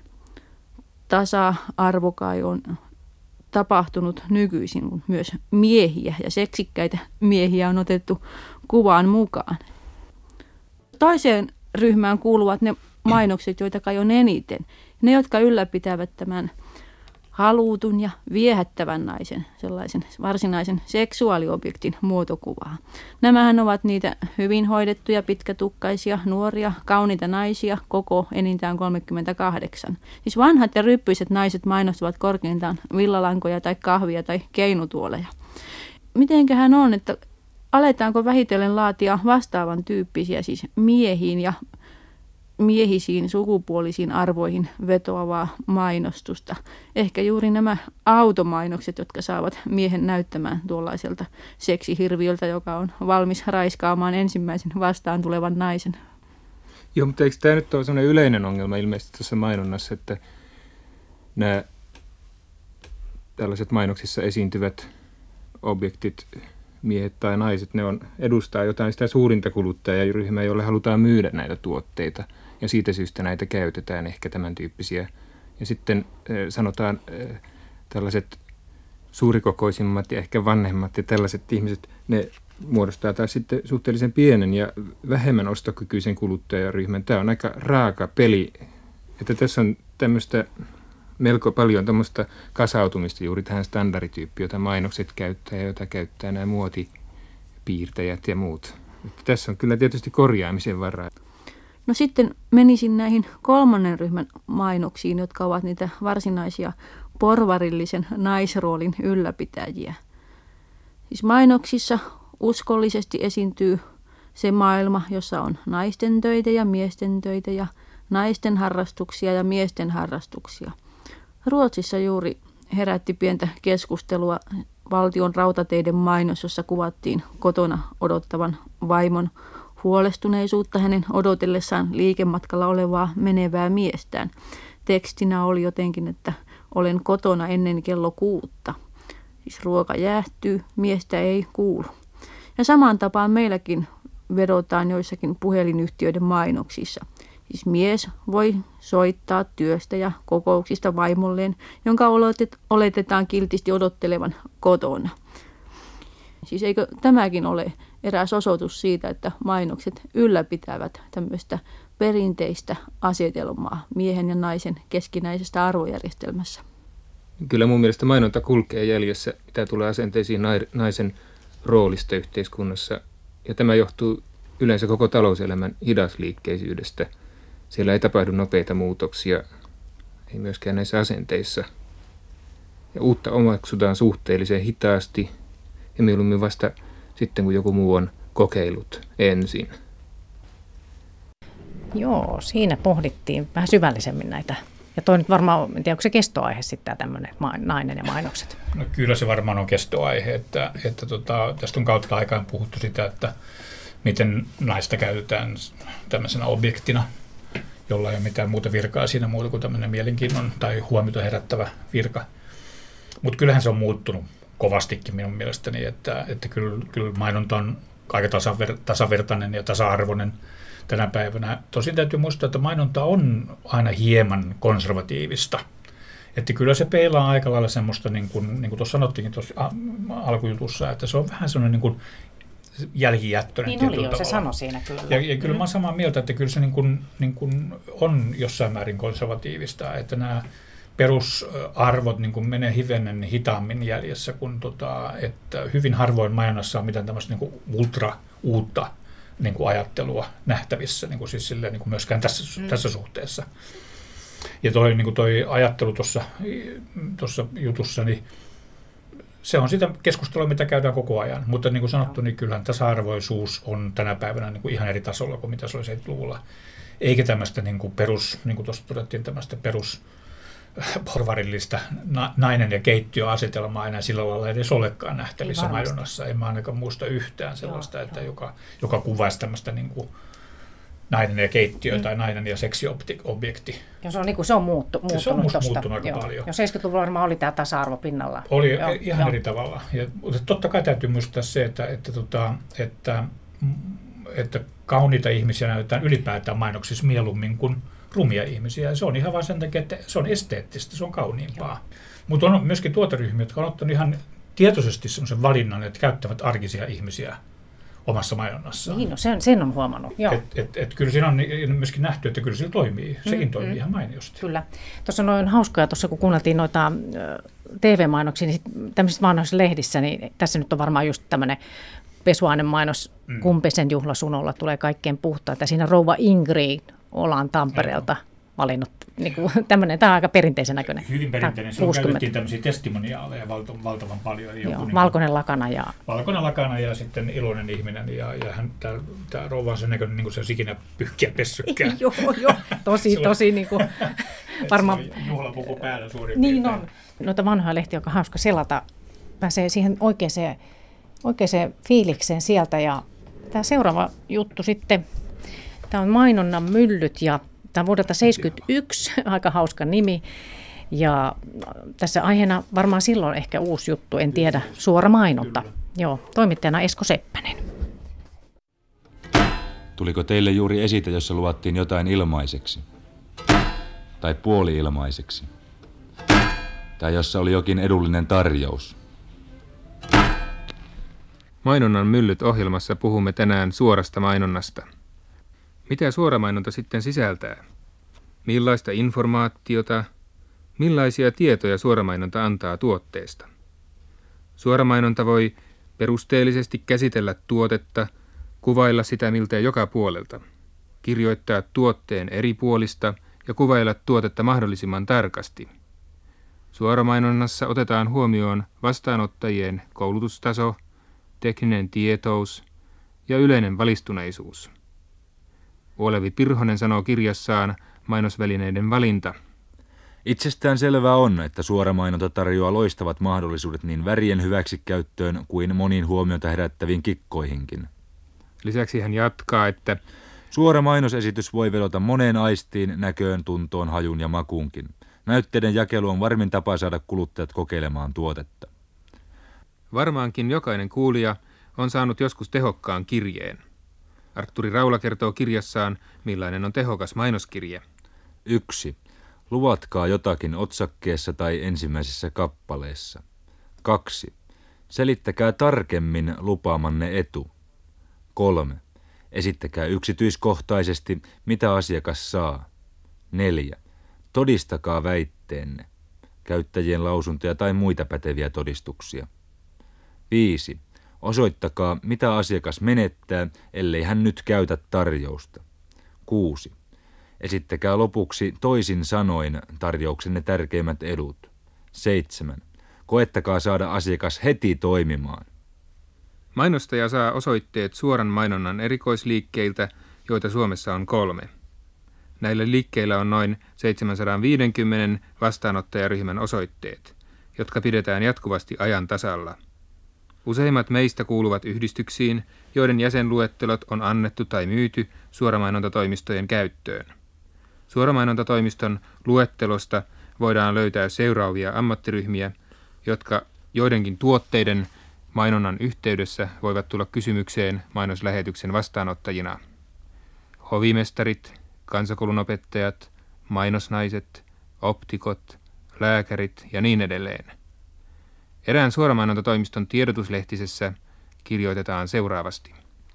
Speaker 16: tasa-arvo kai on tapahtunut nykyisin, kun myös miehiä ja seksikkäitä miehiä on otettu kuvaan mukaan. Toiseen ryhmään kuuluvat ne mainokset, joita kai on eniten. Ne, jotka ylläpitävät tämän halutun ja viehättävän naisen, sellaisen varsinaisen seksuaaliobjektin muotokuvaa. Nämähän ovat niitä hyvin hoidettuja, pitkätukkaisia, nuoria, kauniita naisia, koko enintään kolmekymmentäkahdeksan. Siis vanhat ja ryppyiset naiset mainostavat korkeintaan villalankoja tai kahvia tai keinutuoleja. Mitenköhän on, että aletaanko vähitellen laatia vastaavan tyyppisiä, siis miehiin ja miehisiin sukupuolisiin arvoihin vetoavaa mainostusta. Ehkä juuri nämä automainokset, jotka saavat miehen näyttämään tuollaiselta seksihirviöltä, joka on valmis raiskaamaan ensimmäisen vastaan tulevan naisen.
Speaker 6: Joo, mutta eikö tämä nyt ole sellainen yleinen ongelma ilmeisesti tuossa mainonnassa, että nämä tällaiset mainoksissa esiintyvät objektit, miehet tai naiset, ne on, edustaa jotain sitä suurinta kuluttajaryhmää, jolle halutaan myydä näitä tuotteita. Ja siitä syystä näitä käytetään ehkä tämän tyyppisiä. Ja sitten sanotaan tällaiset suurikokoisimmat ja ehkä vanhemmat ja tällaiset ihmiset, ne muodostaa taas sitten suhteellisen pienen ja vähemmän ostokykyisen kuluttajaryhmän. Tämä on aika raaka peli, että tässä on tämmöistä melko paljon tämmöistä kasautumista juuri tähän standardityyppiin, jota mainokset käyttää ja jota käyttää nämä muotipiirtäjät ja muut. Että tässä on kyllä tietysti korjaamisen varaa.
Speaker 16: No sitten menisin näihin kolmannen ryhmän mainoksiin, jotka ovat niitä varsinaisia porvarillisen naisroolin ylläpitäjiä. Siis mainoksissa uskollisesti esiintyy se maailma, jossa on naisten töitä ja miesten töitä ja naisten harrastuksia ja miesten harrastuksia. Ruotsissa juuri herätti pientä keskustelua valtion rautateiden mainos, jossa kuvattiin kotona odottavan vaimon huolestuneisuutta hänen odotellessaan liikematkalla olevaa menevää miestään. Tekstinä oli jotenkin, että olen kotona ennen kello kuutta. Siis ruoka jäähtyy, miestä ei kuulu. Ja samaan tapaan meilläkin vedotaan joissakin puhelinyhtiöiden mainoksissa. Siis mies voi soittaa työstä ja kokouksista vaimolleen, jonka oletetaan kiltisti odottelevan kotona. Siis eikö tämäkin ole eräs osoitus siitä, että mainokset ylläpitävät tämmöistä perinteistä asetelmaa miehen ja naisen keskinäisestä arvojärjestelmässä?
Speaker 6: Kyllä mun mielestä mainonta kulkee jäljessä, mitä tulee asenteisiin naisen roolista yhteiskunnassa. Ja tämä johtuu yleensä koko talouselämän hidasliikkeisyydestä. Siellä ei tapahdu nopeita muutoksia, ei myöskään näissä asenteissa. Ja uutta omaksutaan suhteellisen hitaasti ja mieluummin vasta sitten, kun joku muu on kokeillut ensin.
Speaker 3: Joo, siinä pohdittiin vähän syvällisemmin näitä. Ja toi nyt varmaan, en tiedä, onko se kestoaihe sitten tämä tämmöinen nainen ja mainokset?
Speaker 4: No kyllä se varmaan on kestoaihe, että, että tota, tästä on kautta aikaan puhuttu sitä, että miten naista käytetään tämmöisenä objektina, jolla ei ole mitään muuta virkaa siinä muuta kuin tämmöinen mielenkiinnon tai huomiota herättävä virka. Mutta kyllähän se on muuttunut kovastikin minun mielestäni, että, että kyllä, kyllä mainonta on aika tasaver, tasavertainen ja tasa-arvoinen tänä päivänä. Tosin täytyy muistaa, että mainonta on aina hieman konservatiivista. Että kyllä se peilaa aika lailla semmoista, niin kuin, niin kuin tuossa sanottiinkin tuossa alkujutussa, että se on vähän semmoinen niin kuin jälkijättöinen.
Speaker 3: Niin oli jo, se sanoi siinä kyllä.
Speaker 4: Ja, ja kyllä mm. mä olen samaa mieltä, että kyllä se niin kuin, niin kuin on jossain määrin konservatiivista, että nämä perusarvot niin kuin menee hivenen hitaammin jäljessä, kun tota, että hyvin harvoin mainonnassa on mitään tämmöistä niin kuin ultra uutta niin kuin ajattelua nähtävissä, niin kuin siis silleen, niin kuin myöskään tässä, mm. tässä suhteessa. Ja toi, niin kuin toi ajattelu tuossa jutussa, niin se on sitä keskustelua, mitä käydään koko ajan. Mutta niin kuin sanottu, niin kyllähän tasa-arvoisuus on tänä päivänä niin kuin ihan eri tasolla kuin mitä se oli seitsemänkymmentäluvulla. Eikä tämmöistä niin kuin perus, niin kuin tuossa todettiin, tämmöistä perus porvarillista nainen- ja keittiöasetelmaa enää sillä lailla edes olekaan nähtävissä mainonnassa. En mä ainakaan muista yhtään sellaista, joo, että joo. Joka, joka kuvaisi tämmöistä niin kuin nainen ja keittiö mm. tai nainen ja seksiobjekti.
Speaker 3: Ja se on, niin kuin, se on muuttu, muuttunut
Speaker 4: se on
Speaker 3: tuosta.
Speaker 4: muuttunut aika
Speaker 3: joo.
Speaker 4: paljon.
Speaker 3: Jo seitsemänkymmentäluvulla varmaan oli tämä tasa-arvo pinnalla.
Speaker 4: Oli
Speaker 3: joo,
Speaker 4: ihan
Speaker 3: joo.
Speaker 4: eri tavalla. Ja, mutta totta kai täytyy muistaa se, että, että, että, että, että kauniita ihmisiä näytetään ylipäätään mainoksissa mieluummin kuin rumia ihmisiä. Ja se on ihan vain sen takia, että se on esteettistä, se on kauniimpaa. Mutta on myöskin tuoteryhmiä, jotka on ottanut ihan tietoisesti sellaisen valinnan, että käyttävät arkisia ihmisiä omassa mainonnassaan.
Speaker 3: Niin, no sen, sen on huomannut, joo.
Speaker 4: Et, et, et kyllä siinä on myöskin nähty, että kyllä sillä toimii. Sekin mm, toimii mm. ihan mainiosti.
Speaker 3: Kyllä. Tuossa noin hauskoja, tuossa kun kuunneltiin noita T V-mainoksia, niin tämmöisissä vanhoissa lehdissä, niin tässä nyt on varmaan just tämmöinen pesuainemainos, mm. Kumpisen juhlasunolla tulee kaikkein puhtaita. Siinä rouva Ingrid ollaan Tampereelta Eho. valinnut. Niin kuin, tämmöinen, tämä on aika perinteisen näköinen.
Speaker 4: Hyvin perinteinen. Silloin käytettiin tämmöisiä testimoniaaleja valta, valtavan paljon.
Speaker 3: Joo,
Speaker 4: niin
Speaker 3: valkoinen lakana. Ja...
Speaker 4: Valkoinen lakana ja sitten iloinen ihminen. Ja, ja hän, tämä, tämä rouva on sen näköinen, niin kuin se olisi ikinä pyyhkiä pessykkään.
Speaker 3: joo, joo. Tosi, tosi niin kuin, varmaan...
Speaker 4: Juhlapuku päällä suurin
Speaker 3: Niin
Speaker 4: piirtein.
Speaker 3: on. Noita vanhoja lehtiä, joka on hauska selata. Pääsee siihen oikeaan, oikeaan fiilikseen sieltä. Ja tämä seuraava juttu sitten, tämä on mainonnan myllyt ja tämä on vuodelta seitsemänkymmentäyksi, aika hauska nimi. Ja tässä aiheena varmaan silloin ehkä uusi juttu, en tiedä, suora mainonta. Joo, toimittajana Esko Seppänen.
Speaker 18: Tuliko teille juuri esite, jossa luvattiin jotain ilmaiseksi? Tai puoli-ilmaiseksi? Tai jossa oli jokin edullinen tarjous?
Speaker 6: Mainonnan myllyt ohjelmassa puhumme tänään suorasta mainonnasta. Mitä suoramainonta sitten sisältää? Millaista informaatiota, millaisia tietoja suoramainonta antaa tuotteesta? Suoramainonta voi perusteellisesti käsitellä tuotetta, kuvailla sitä miltei joka puolelta, kirjoittaa tuotteen eri puolista ja kuvailla tuotetta mahdollisimman tarkasti. Suoramainonnassa otetaan huomioon vastaanottajien koulutustaso, tekninen tietous ja yleinen valistuneisuus. Olevi Pirhonen sanoo kirjassaan Mainosvälineiden valinta.
Speaker 18: Itsestään selvää on, että suoramainonta tarjoaa loistavat mahdollisuudet niin värien hyväksikäyttöön kuin moniin huomiota herättäviin kikkoihinkin.
Speaker 6: Lisäksi hän jatkaa, että
Speaker 18: suora mainosesitys voi vedota moneen aistiin, näköön, tuntoon, hajun ja makuunkin. Näytteiden jakelu on varmin tapa saada kuluttajat kokeilemaan tuotetta.
Speaker 6: Varmaankin jokainen kuulija on saanut joskus tehokkaan kirjeen. Artturi Raula kertoo kirjassaan, millainen on tehokas mainoskirje.
Speaker 18: Yksi. Luvatkaa jotakin otsakkeessa tai ensimmäisessä kappaleessa. Kaksi. Selittäkää tarkemmin lupaamanne etu. Kolme. Esittäkää yksityiskohtaisesti, mitä asiakas saa. Neljä. Todistakaa väitteenne. Käyttäjien lausuntoja tai muita päteviä todistuksia. Viisi. Osoittakaa, mitä asiakas menettää, ellei hän nyt käytä tarjousta. Kuusi. Esittäkää lopuksi toisin sanoin tarjouksenne tärkeimmät edut. Seitsemän. Koettakaa saada asiakas heti toimimaan.
Speaker 6: Mainostaja saa osoitteet suoran mainonnan erikoisliikkeiltä, joita Suomessa on kolme. Näillä liikkeillä on noin seitsemänsataaviisikymmentä vastaanottajaryhmän osoitteet, jotka pidetään jatkuvasti ajan tasalla. Useimmat meistä kuuluvat yhdistyksiin, joiden jäsenluettelot on annettu tai myyty suoramainontatoimistojen käyttöön. Suoramainontatoimiston luettelosta voidaan löytää seuraavia ammattiryhmiä, jotka joidenkin tuotteiden mainonnan yhteydessä voivat tulla kysymykseen mainoslähetyksen vastaanottajina. Hovimestarit, kansakoulunopettajat, mainosnaiset, optikot, lääkärit ja niin edelleen. Erään suoramainontatoimiston tiedotuslehtisessä kirjoitetaan seuraavasti.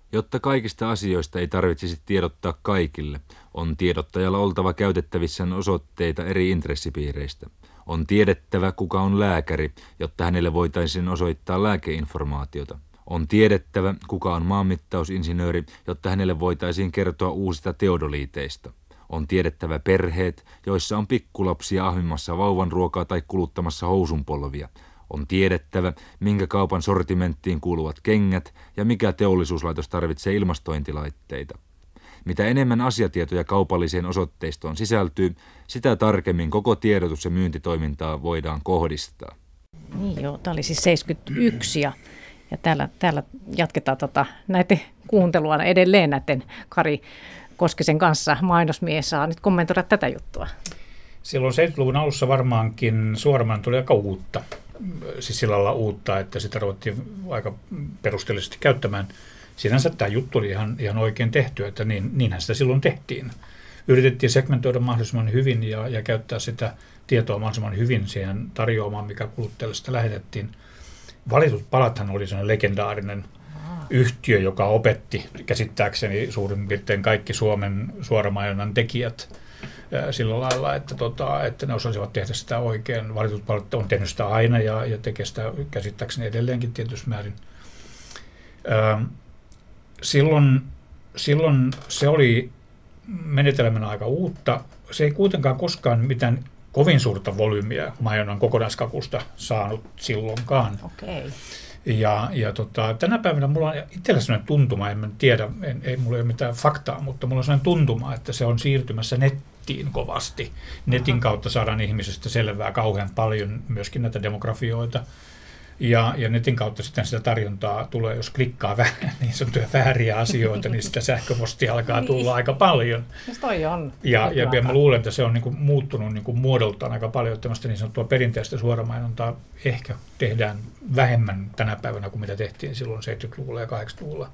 Speaker 18: Jotta kaikista asioista ei tarvitsisi tiedottaa kaikille, on tiedottajalla oltava käytettävissään osoitteita eri intressipiireistä. On tiedettävä, kuka on lääkäri, jotta hänelle voitaisiin osoittaa lääkeinformaatiota. On tiedettävä, kuka on maanmittausinsinööri, jotta hänelle voitaisiin kertoa uusista teodoliiteista. On tiedettävä perheet, joissa on pikkulapsia ahmimassa vauvanruokaa tai kuluttamassa housunpolvia. On tiedettävä, minkä kaupan sortimenttiin kuuluvat kengät ja mikä teollisuuslaitos tarvitsee ilmastointilaitteita. Mitä enemmän asiatietoja kaupalliseen osoitteistoon sisältyy, sitä tarkemmin koko tiedotus- ja myyntitoimintaa voidaan kohdistaa.
Speaker 3: Niin joo, tämä oli siis seitsemänkymmentäyksi ja, ja täällä, täällä jatketaan tota, näiden kuuntelua edelleen näiden Kari Koskisen kanssa. Mainosmies saa nyt kommentoida tätä juttua.
Speaker 4: Silloin seitsemänkymmentäluvun alussa varmaankin suoraan tuli aika uutta. Siis sillä lailla uutta, että sitä ruvettiin aika perusteellisesti käyttämään. Sinänsä tämä juttu oli ihan, ihan oikein tehty, että niin, niinhän sitä silloin tehtiin. Yritettiin segmentoida mahdollisimman hyvin ja, ja käyttää sitä tietoa mahdollisimman hyvin siihen tarjoamaan, mikä kuluttajalle sitä lähetettiin. Valitut palathan oli sellainen legendaarinen yhtiö, joka opetti käsittääkseni suurin piirtein kaikki Suomen suoramainonnan tekijät sillä lailla, että, tota, että ne osasivat tehdä sitä oikein. Valitut palat on tehnyt sitä aina ja, ja tekee sitä käsittääkseni edelleenkin tietyssä määrin. Ö, silloin, silloin se oli menetelmänä aika uutta. Se ei kuitenkaan koskaan mitään kovin suurta volyymiä mainonnan kokonaiskakusta saanut silloinkaan.
Speaker 3: Okay.
Speaker 4: Ja, ja tota, tänä päivänä mulla on itsellä sellainen tuntuma, en tiedä, en, ei mulla ole mitään faktaa, mutta mulla on sellainen tuntuma, että se on siirtymässä nettiin kovasti. Netin kautta saadaan ihmisestä selvää kauhean paljon, myöskin näitä demografioita. Ja, ja netin kautta sitten sitä tarjontaa tulee, jos klikkaa vähän niin sanottuja vääriä asioita, niin sitä sähköpostia alkaa tulla niin aika paljon.
Speaker 3: Toi on.
Speaker 4: Ja, ja, ja mä luulen, että se on niin kuin muuttunut niin kuin muodoltaan aika paljon. Tällaista niin sanottua perinteistä suoramainontaa ehkä tehdään vähemmän tänä päivänä kuin mitä tehtiin silloin seitsemänkymmentäluvulla ja kahdeksankymmentäluvulla.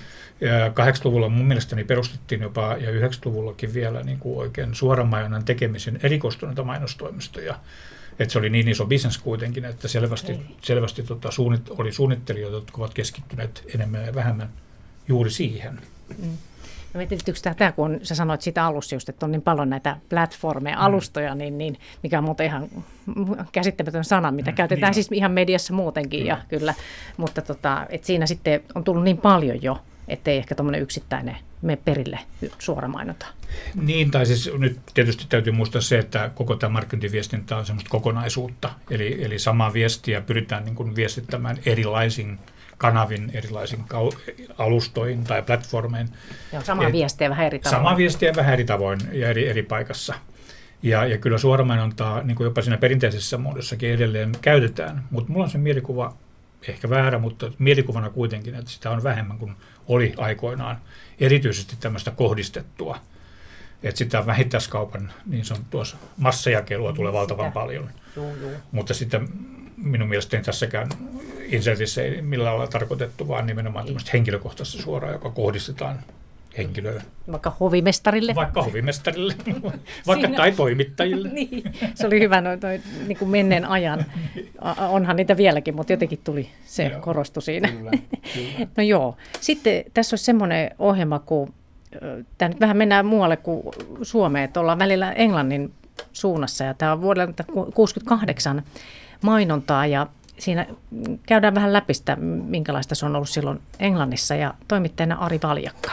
Speaker 4: Ja kahdeksankymmentäluvulla mun mielestäni perustettiin jopa, ja yhdeksänkymmentäluvullakin vielä niin kuin oikein suoramainonnan tekemisen erikoistuneita mainostoimistoja. Että se oli niin iso bisnes kuitenkin, että selvästi, selvästi tota, suunnit, oli suunnittelijoita, jotka ovat keskittyneet enemmän ja vähemmän juuri siihen.
Speaker 3: Mm. No, liittyykö tämä, kun sä sanoit siitä alussa just, että on niin paljon näitä platformeja, alustoja, mm. niin, niin, mikä on muuten ihan käsittämätön sana, mitä mm, käytetään niin siis ihan mediassa muutenkin, mm. ja kyllä, mutta tota, et siinä sitten on tullut niin paljon jo, ettei ehkä tuommoinen yksittäinen mene perille suoramainonta.
Speaker 4: Niin, tai siis nyt tietysti täytyy muistaa se, että koko tämä markkinointiviestintä on semmoista kokonaisuutta, eli, eli samaa viestiä pyritään niin kuin viestittämään erilaisin kanavin, erilaisin alustoin tai platformein.
Speaker 3: Joo, sama Et, viestiä vähän eri tavoin.
Speaker 4: Sama viestiä vähän eri tavoin ja eri, eri paikassa. Ja, ja kyllä suoramainontaa niin kuin jopa siinä perinteisessä muodossakin edelleen käytetään, mutta mulla on se mielikuva, ehkä väärä, mutta mielikuvana kuitenkin, että sitä on vähemmän kuin oli aikoinaan. Erityisesti tämmöistä kohdistettua. Että sitä vähittäiskaupan niin sanottua massajakelua tulee valtavan sitä paljon.
Speaker 3: Juu, juu.
Speaker 4: Mutta sitten minun mielestäni tässäkään insertissä ei millään ole tarkoitettu, vaan nimenomaan tämmöistä henkilökohtaista suoraa, joka kohdistetaan henkilöön.
Speaker 3: Vaikka hovimestarille.
Speaker 4: Vaikka hovimestarille, vaikka Siinä... tai toimittajille.
Speaker 3: Niin. Se oli hyvä noin toi, niin kuin menneen ajan. Onhan niitä vieläkin, mutta jotenkin tuli se joo, korostui siinä. Kyllä, kyllä. No joo. Sitten tässä olisi semmoinen ohjelma, kun tämä nyt vähän mennään muualle kuin Suomeen, että ollaan välillä Englannin suunnassa ja tämä on vuodelta kuusikymmentäkahdeksan mainontaa ja siinä käydään vähän läpi sitä, minkälaista se on ollut silloin Englannissa ja toimittajana Ari Valjakka.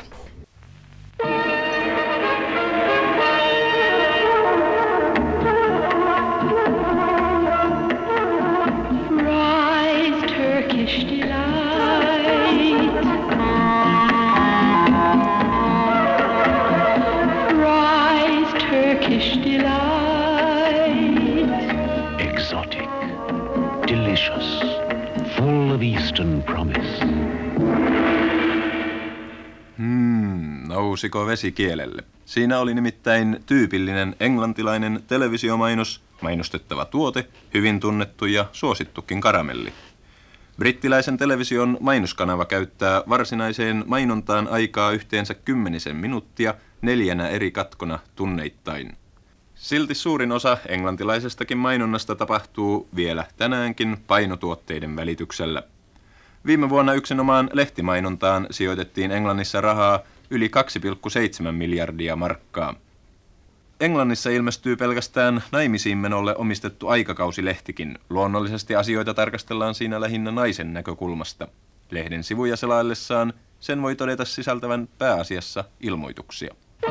Speaker 19: Hmm, nousiko vesi kielelle? Siinä oli nimittäin tyypillinen englantilainen televisiomainos, mainostettava tuote, hyvin tunnettu ja suosittukin karamelli. Brittiläisen television mainoskanava käyttää varsinaiseen mainontaan aikaa yhteensä kymmenisen minuuttia neljänä eri katkona tunneittain. Silti suurin osa englantilaisestakin mainonnasta tapahtuu vielä tänäänkin painotuotteiden välityksellä. Viime vuonna yksinomaan lehtimainontaan sijoitettiin Englannissa rahaa yli kaksi pilkku seitsemän miljardia markkaa. Englannissa ilmestyy pelkästään naimisiin menolle omistettu aikakausilehtikin. Luonnollisesti asioita tarkastellaan siinä lähinnä naisen näkökulmasta. Lehden sivuja selaillessaan sen voi todeta sisältävän pääasiassa ilmoituksia.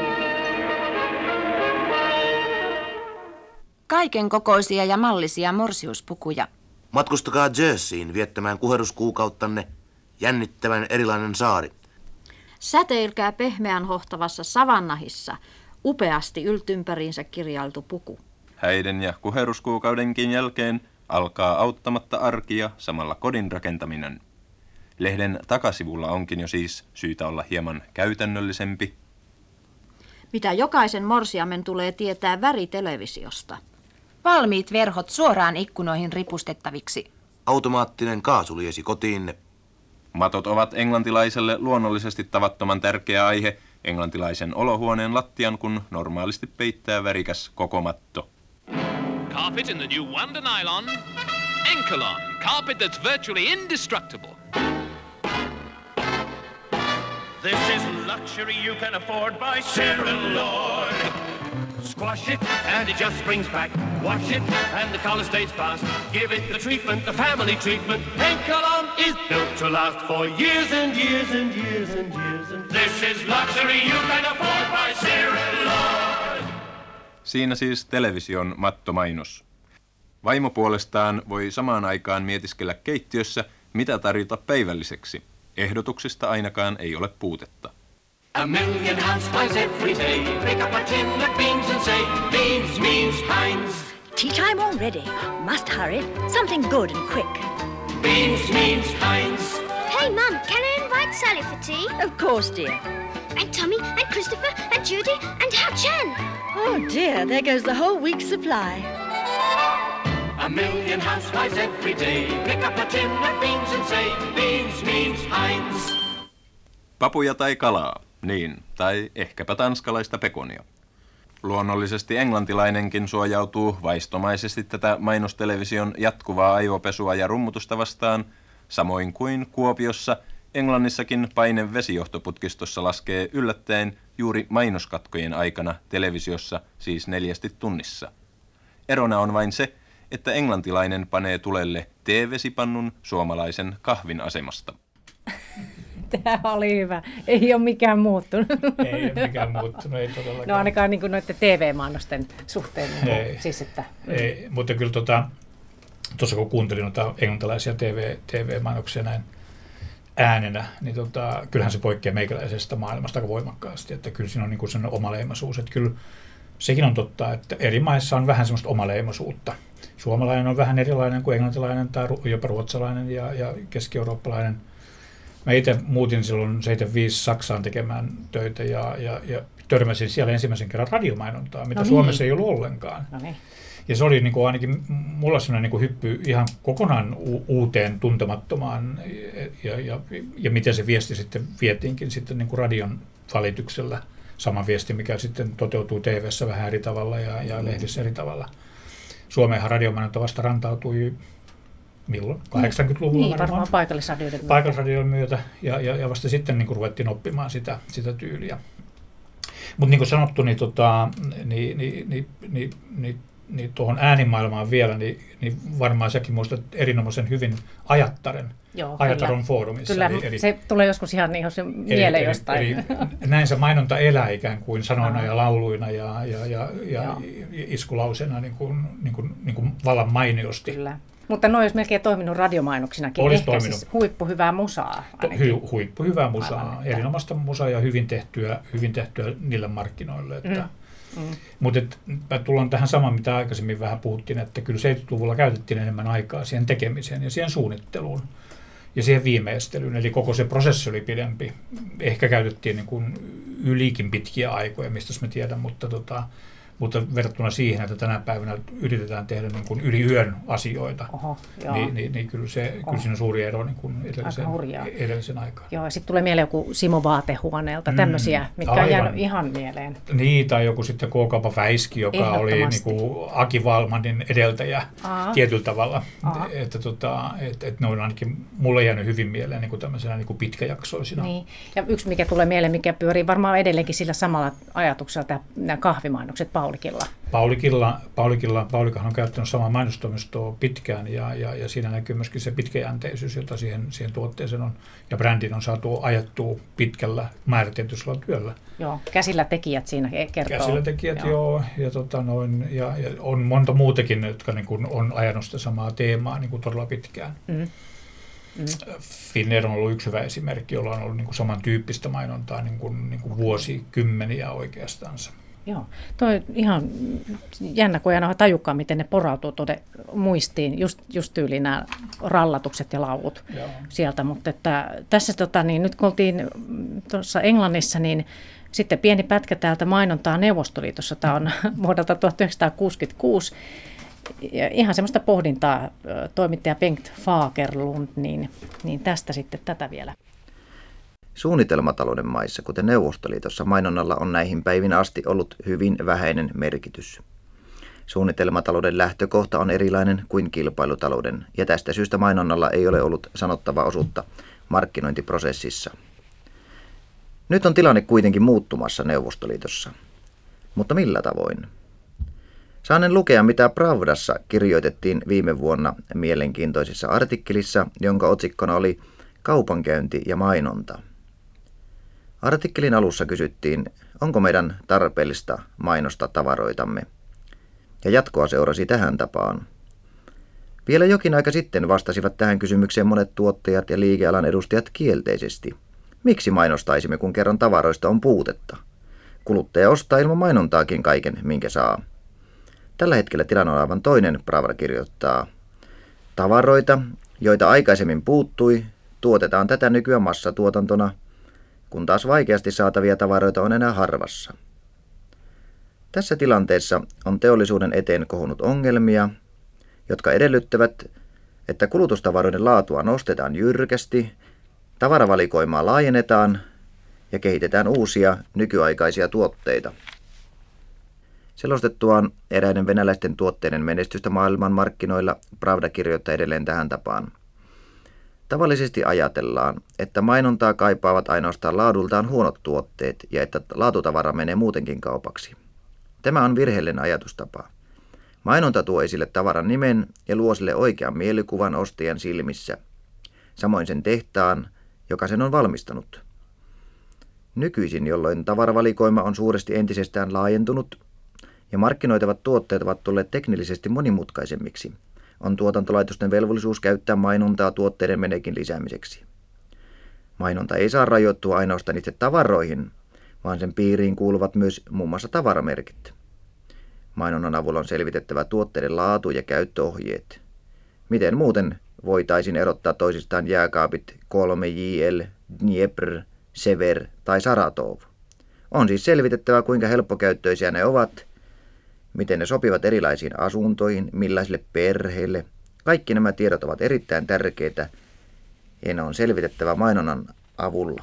Speaker 8: Kaiken kokoisia ja mallisia morsiuspukuja.
Speaker 20: Matkustakaa Jerseyin viettämään kuheruskuukauttanne, jännittävän erilainen saari.
Speaker 21: Säteilkää pehmeän hohtavassa savannahissa, upeasti yltympäriinsä kirjailtu puku.
Speaker 19: Häiden ja kuheruskuukaudenkin jälkeen alkaa auttamatta arki ja samalla kodin rakentaminen. Lehden takasivulla onkin jo siis syytä olla hieman käytännöllisempi.
Speaker 21: Mitä jokaisen morsiamen tulee tietää väritelevisiosta.
Speaker 8: Valmiit verhot suoraan ikkunoihin ripustettaviksi.
Speaker 20: Automaattinen kaasuliesi kotiinne.
Speaker 19: Matot ovat englantilaiselle luonnollisesti tavattoman tärkeä aihe. Englantilaisen olohuoneen lattian, kun normaalisti peittää värikäs koko matto.
Speaker 22: Carpet in the new Wonder Nylon. Encolon, carpet that's virtually indestructible.
Speaker 12: This is luxury you can afford by Sarah Lord. Squash it and it just springs back. Wash it and the color stays fast. Give it the treatment, the family treatment. Encolon is built to last for years and years and years and years. And this is luxury you can afford by Sarah Lord.
Speaker 19: Siinä siis television mattomainos. Vaimo puolestaan voi samaan aikaan mietiskellä keittiössä, mitä tarjota päivälliseksi. Ehdotuksista ainakaan ei ole puutetta.
Speaker 12: A million housewives every day pick up a tin of beans and say, beans means Heinz.
Speaker 23: Tea time already. Must hurry. Something good and quick.
Speaker 12: Beans means Heinz.
Speaker 23: Hey, Mum, can I invite Sally for tea? Of course, dear. And Tommy, and Christopher, and Judy, and Hao Chan. Oh, dear, there goes the whole week's supply.
Speaker 12: A million housewives every day pick up a tin of beans and say, beans means Heinz.
Speaker 19: Papuja tai kalaa, niin, tai ehkäpä tanskalaista pekonia. Luonnollisesti englantilainenkin suojautuu vaistomaisesti tätä mainostelevision jatkuvaa aivopesua ja rummutusta vastaan, samoin kuin Kuopiossa, Englannissakin paine vesijohtoputkistossa laskee yllättäen juuri mainoskatkojen aikana televisiossa, siis neljästi tunnissa. Erona on vain se, että englantilainen panee tulelle teevesipannun suomalaisen kahvin asemasta.
Speaker 3: Tämä oli hyvä. Ei ole mikään muuttunut.
Speaker 4: Ei ole mikään muuttunut, ei todellakaan.
Speaker 3: No ainakaan niin kuin noiden T V-mainosten suhteen. Niin kuin, ei, siis, että,
Speaker 19: ei,
Speaker 4: mutta kyllä tuossa tota, kun kuuntelin noita englantilaisia T V, T V-mainoksia näin äänenä, niin tota, kyllähän se poikkeaa meikäläisestä maailmasta aika voimakkaasti. Että kyllä siinä on niin kuin sellainen omaleimaisuus. Että kyllä sekin on totta, että eri maissa on vähän semmoista omaleimaisuutta. Suomalainen on vähän erilainen kuin englantilainen tai jopa ruotsalainen ja, ja keski-eurooppalainen. Mä itse muutin silloin seitsemänkymmentäviisi Saksaan tekemään töitä ja, ja, ja törmäsin siellä ensimmäisen kerran radiomainontaa, mitä no niin. Suomessa ei ollut ollenkaan.
Speaker 3: No niin.
Speaker 4: Ja se oli niin kuin ainakin mulla sellainen niin kuin hyppy ihan kokonaan u- uuteen tuntemattomaan ja, ja, ja miten se viesti sitten vietiinkin sitten niin kuin radion välityksellä. Sama viesti, mikä sitten toteutuu T V:ssä vähän eri tavalla ja, ja lehdissä eri tavalla. Suomeenhan radiomainonta vasta rantautui milloin? kahdeksankymmentäluvulla
Speaker 3: niin, varmaan paikallisradioiden myötä.
Speaker 4: Paikallisradioiden myötä ja, ja, ja vasta sitten niin kuin ruvettiin oppimaan sitä, sitä tyyliä. Mutta niin kuin sanottu, niin, tota, niin, niin, niin, niin, niin, niin tuohon äänimaailmaan vielä, niin, niin varmaan säkin muistat erinomaisen hyvin Ajattaren.
Speaker 3: Joo,
Speaker 4: Ajataron
Speaker 3: kyllä.
Speaker 4: foorumissa.
Speaker 3: Kyllä,
Speaker 4: eli, eli,
Speaker 3: se tulee joskus ihan niin se mieleen
Speaker 4: eli,
Speaker 3: jostain.
Speaker 4: Eli, eli näin se mainonta elää ikään kuin sanoina ja lauluina ja, ja, ja, ja iskulauseena niin kuin, niin kuin, niin kuin vallan mainiosti.
Speaker 3: Kyllä. Mutta ne olisi melkein toiminut radiomainoksinakin.
Speaker 4: Olisi
Speaker 3: ehkä
Speaker 4: toiminut.
Speaker 3: Siis huippuhyvää musaa.
Speaker 4: Hu, huippuhyvää musaa, erinomaista musaa ja hyvin tehtyä, hyvin tehtyä niille markkinoille. Että, mm. Mm. Mutta tullaan tähän samaan, mitä aikaisemmin vähän puhuttiin, että kyllä seitsemänkymmentäluvulla käytettiin enemmän aikaa siihen tekemiseen ja siihen suunnitteluun ja siihen viimeistelyyn. Eli koko se prosessi oli pidempi. Ehkä käytettiin niin kuin ylikin pitkiä aikoja, mistä me tiedän, mutta, tota, Mutta verrattuna siihen, että tänä päivänä yritetään tehdä niin kuin yli yön asioita,
Speaker 3: Oho,
Speaker 4: niin, niin, niin kyllä, se, kyllä siinä on suuri ero niin kuin edellisen, edellisen aikaan.
Speaker 3: Joo, ja sitten tulee mieleen joku Simo Vaatehuoneelta, tämmöisiä, mitkä Aivan. on jäänyt ihan mieleen.
Speaker 4: Niin, tai joku sitten K-kaupan Väiski, joka oli niin kuin Aki Wallmanin edeltäjä Aa. tietyllä tavalla. Aa. Että tota, et, et ne on ainakin mulle jäänyt hyvin mieleen niin kuin tämmöisenä niin kuin pitkäjaksoisina.
Speaker 3: Niin. Ja yksi, mikä tulee mieleen, mikä pyörii varmaan edelleenkin sillä samalla ajatuksella, nämä kahvimainokset Paulikilla.
Speaker 4: Paulikilla, Paulikilla, Paulikahan on käyttänyt samaa mainostoimistoa pitkään ja, ja, ja siinä näkyy myöskin se pitkäjänteisyys, jota siihen, siihen tuotteeseen on ja brändin on saatu ajattua pitkällä määrätietoisella työllä.
Speaker 3: Joo, käsillä tekijät siinä kertoo.
Speaker 4: Käsillä tekijät, joo, joo ja, tota noin, ja, ja on monta muutakin, jotka niin kuin on ajanut sitä samaa teemaa niin kuin todella pitkään. Mm. Mm. Finnair on ollut yksi hyvä esimerkki, jolla on ollut niin kuin samantyyppistä mainontaa niin kuin, niin kuin vuosikymmeniä oikeastaan.
Speaker 3: Joo, toi ihan jännä, kun ei aina tajukaan, miten ne porautuu tuonne muistiin, just, just tyyliin nämä rallatukset ja lauvut Joo. sieltä, mutta että tässä tota, niin nyt kun oltiin tuossa Englannissa, niin sitten pieni pätkä täältä mainontaa Neuvostoliitossa, tämä on vuodelta tuhatyhdeksänsataakuusikymmentäkuusi, ja ihan semmoista pohdintaa toimittaja Bengt Fagerlund, niin, niin tästä sitten tätä vielä.
Speaker 1: Suunnitelmatalouden maissa, kuten Neuvostoliitossa, mainonnalla on näihin päivin asti ollut hyvin vähäinen merkitys. Suunnitelmatalouden lähtökohta on erilainen kuin kilpailutalouden, ja tästä syystä mainonnalla ei ole ollut sanottavaa osuutta markkinointiprosessissa. Nyt on tilanne kuitenkin muuttumassa Neuvostoliitossa. Mutta millä tavoin? Saanen lukea, mitä Pravdassa kirjoitettiin viime vuonna mielenkiintoisessa artikkelissa, jonka otsikkona oli Kaupankäynti ja mainonta. Artikkelin alussa kysyttiin, onko meidän tarpeellista mainostaa tavaroitamme. Ja jatkoa seurasi tähän tapaan. Vielä jokin aika sitten vastasivat tähän kysymykseen monet tuottajat ja liikealan edustajat kielteisesti. Miksi mainostaisimme, kun kerran tavaroista on puutetta? Kuluttaja ostaa ilman mainontaakin kaiken, minkä saa. Tällä hetkellä tilanne on aivan toinen, Pravda kirjoittaa. Tavaroita, joita aikaisemmin puuttui, tuotetaan tätä nykyään massatuotantona, kun taas vaikeasti saatavia tavaroita on enää harvassa. Tässä tilanteessa on teollisuuden eteen kohonnut ongelmia, jotka edellyttävät, että kulutustavaroiden laatua nostetaan jyrkästi, tavaravalikoimaa laajennetaan ja kehitetään uusia nykyaikaisia tuotteita. Selostettuaan eräiden venäläisten tuotteiden menestystä maailman markkinoilla, Pravda kirjoittaa edelleen tähän tapaan. Tavallisesti ajatellaan, että mainontaa kaipaavat ainoastaan laadultaan huonot tuotteet ja että laatutavara menee muutenkin kaupaksi. Tämä on virheellinen ajatustapa. Mainonta tuo esille tavaran nimen ja luo sille oikean mielikuvan ostajan silmissä. Samoin sen tehtaan, joka sen on valmistanut. Nykyisin, jolloin tavaravalikoima on suuresti entisestään laajentunut ja markkinoitavat tuotteet ovat tulleet teknillisesti monimutkaisemmiksi, on tuotantolaitosten velvollisuus käyttää mainontaa tuotteiden menekin lisäämiseksi. Mainonta ei saa rajoittua ainoastaan itse tavaroihin, vaan sen piiriin kuuluvat myös muun muassa tavaramerkit. Mainonnan avulla on selvitettävä tuotteiden laatu ja käyttöohjeet. Miten muuten voitaisiin erottaa toisistaan jääkaapit kolme J L, Dnieper, Sever tai Saratov? On siis selvitettävä, kuinka helppokäyttöisiä ne ovat, miten ne sopivat erilaisiin asuntoihin, millaisille perheille. Kaikki nämä tiedot ovat erittäin tärkeitä ja ne on selvitettävä mainonnan avulla.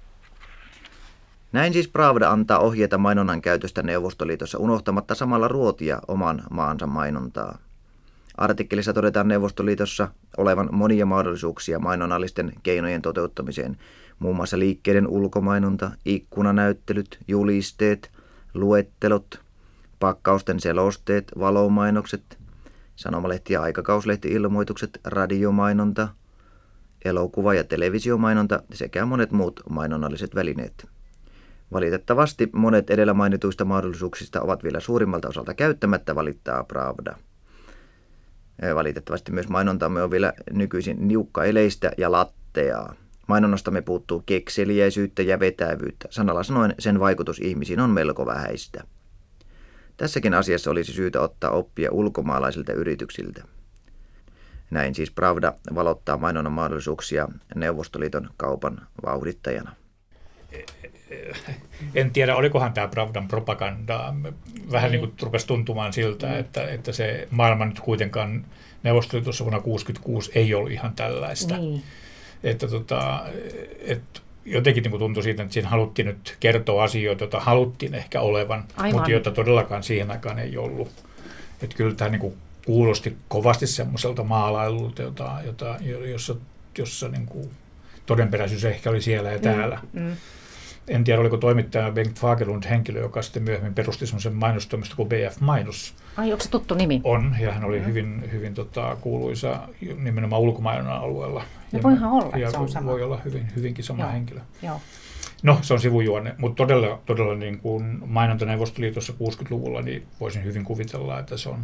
Speaker 1: Näin siis Pravda antaa ohjeita mainonnan käytöstä Neuvostoliitossa unohtamatta samalla ruotia oman maansa mainontaa. Artikkelissa todetaan Neuvostoliitossa olevan monia mahdollisuuksia mainonnallisten keinojen toteuttamiseen, muun muassa liikkeiden ulkomainonta, ikkunanäyttelyt, julisteet, luettelot, pakkausten selosteet, valomainokset, sanomalehti- ja aikakauslehti-ilmoitukset, radiomainonta, elokuva- ja televisiomainonta sekä monet muut mainonnalliset välineet. Valitettavasti monet edellä mainituista mahdollisuuksista ovat vielä suurimmalta osalta käyttämättä, valittaa Pravda. Valitettavasti myös mainontamme on vielä nykyisin niukkaeleistä ja latteaa. Mainonnastamme puuttuu kekseliäisyyttä ja vetävyyttä. Sanalla sanoen sen vaikutus ihmisiin on melko vähäistä. Tässäkin asiassa olisi syytä ottaa oppia ulkomaalaisilta yrityksiltä. Näin siis Pravda valottaa mainonnan mahdollisuuksia Neuvostoliiton kaupan vauhdittajana.
Speaker 4: en tiedä, olikohan tämä Pravdan propagandaa. Vähän niin kuin rupesi tuntumaan siltä, mm. että, että se maailma nyt kuitenkaan Neuvostoliitossa vuonna tuhatyhdeksänsataakuusikymmentäkuusi ei ollut ihan tällaista. Mm. Että tota, et jotenkin niin kuin tuntui siitä, että siinä haluttiin nyt kertoa asioita, joita haluttiin ehkä olevan, Aivan. mutta joita todellakaan siihen aikaan ei ollut. Että kyllä tämä niin kuin kuulosti kovasti semmoiselta maalailulta, jota, jota, jossa, jossa niin kuin todenperäisyys ehkä oli siellä ja täällä. Mm, mm. En tiedä, oliko toimittaja Bengt Fagerlund henkilö, joka sitten myöhemmin perusti semmoisen mainostoimiston kuin B F Mainos.
Speaker 3: Ai, onko se tuttu nimi?
Speaker 4: On, ja hän oli mm. hyvin, hyvin tota, kuuluisa nimenomaan ulkomainonnan alueella.
Speaker 3: No voihan olla,
Speaker 4: ja
Speaker 3: se on sama.
Speaker 4: Voi olla hyvin, hyvinkin sama
Speaker 3: Joo.
Speaker 4: henkilö.
Speaker 3: Joo.
Speaker 4: No, se on sivujuonne, mutta todella, todella niin kuin mainonta Neuvostoliitossa kuusikymmentäluvulla, niin voisin hyvin kuvitella, että se on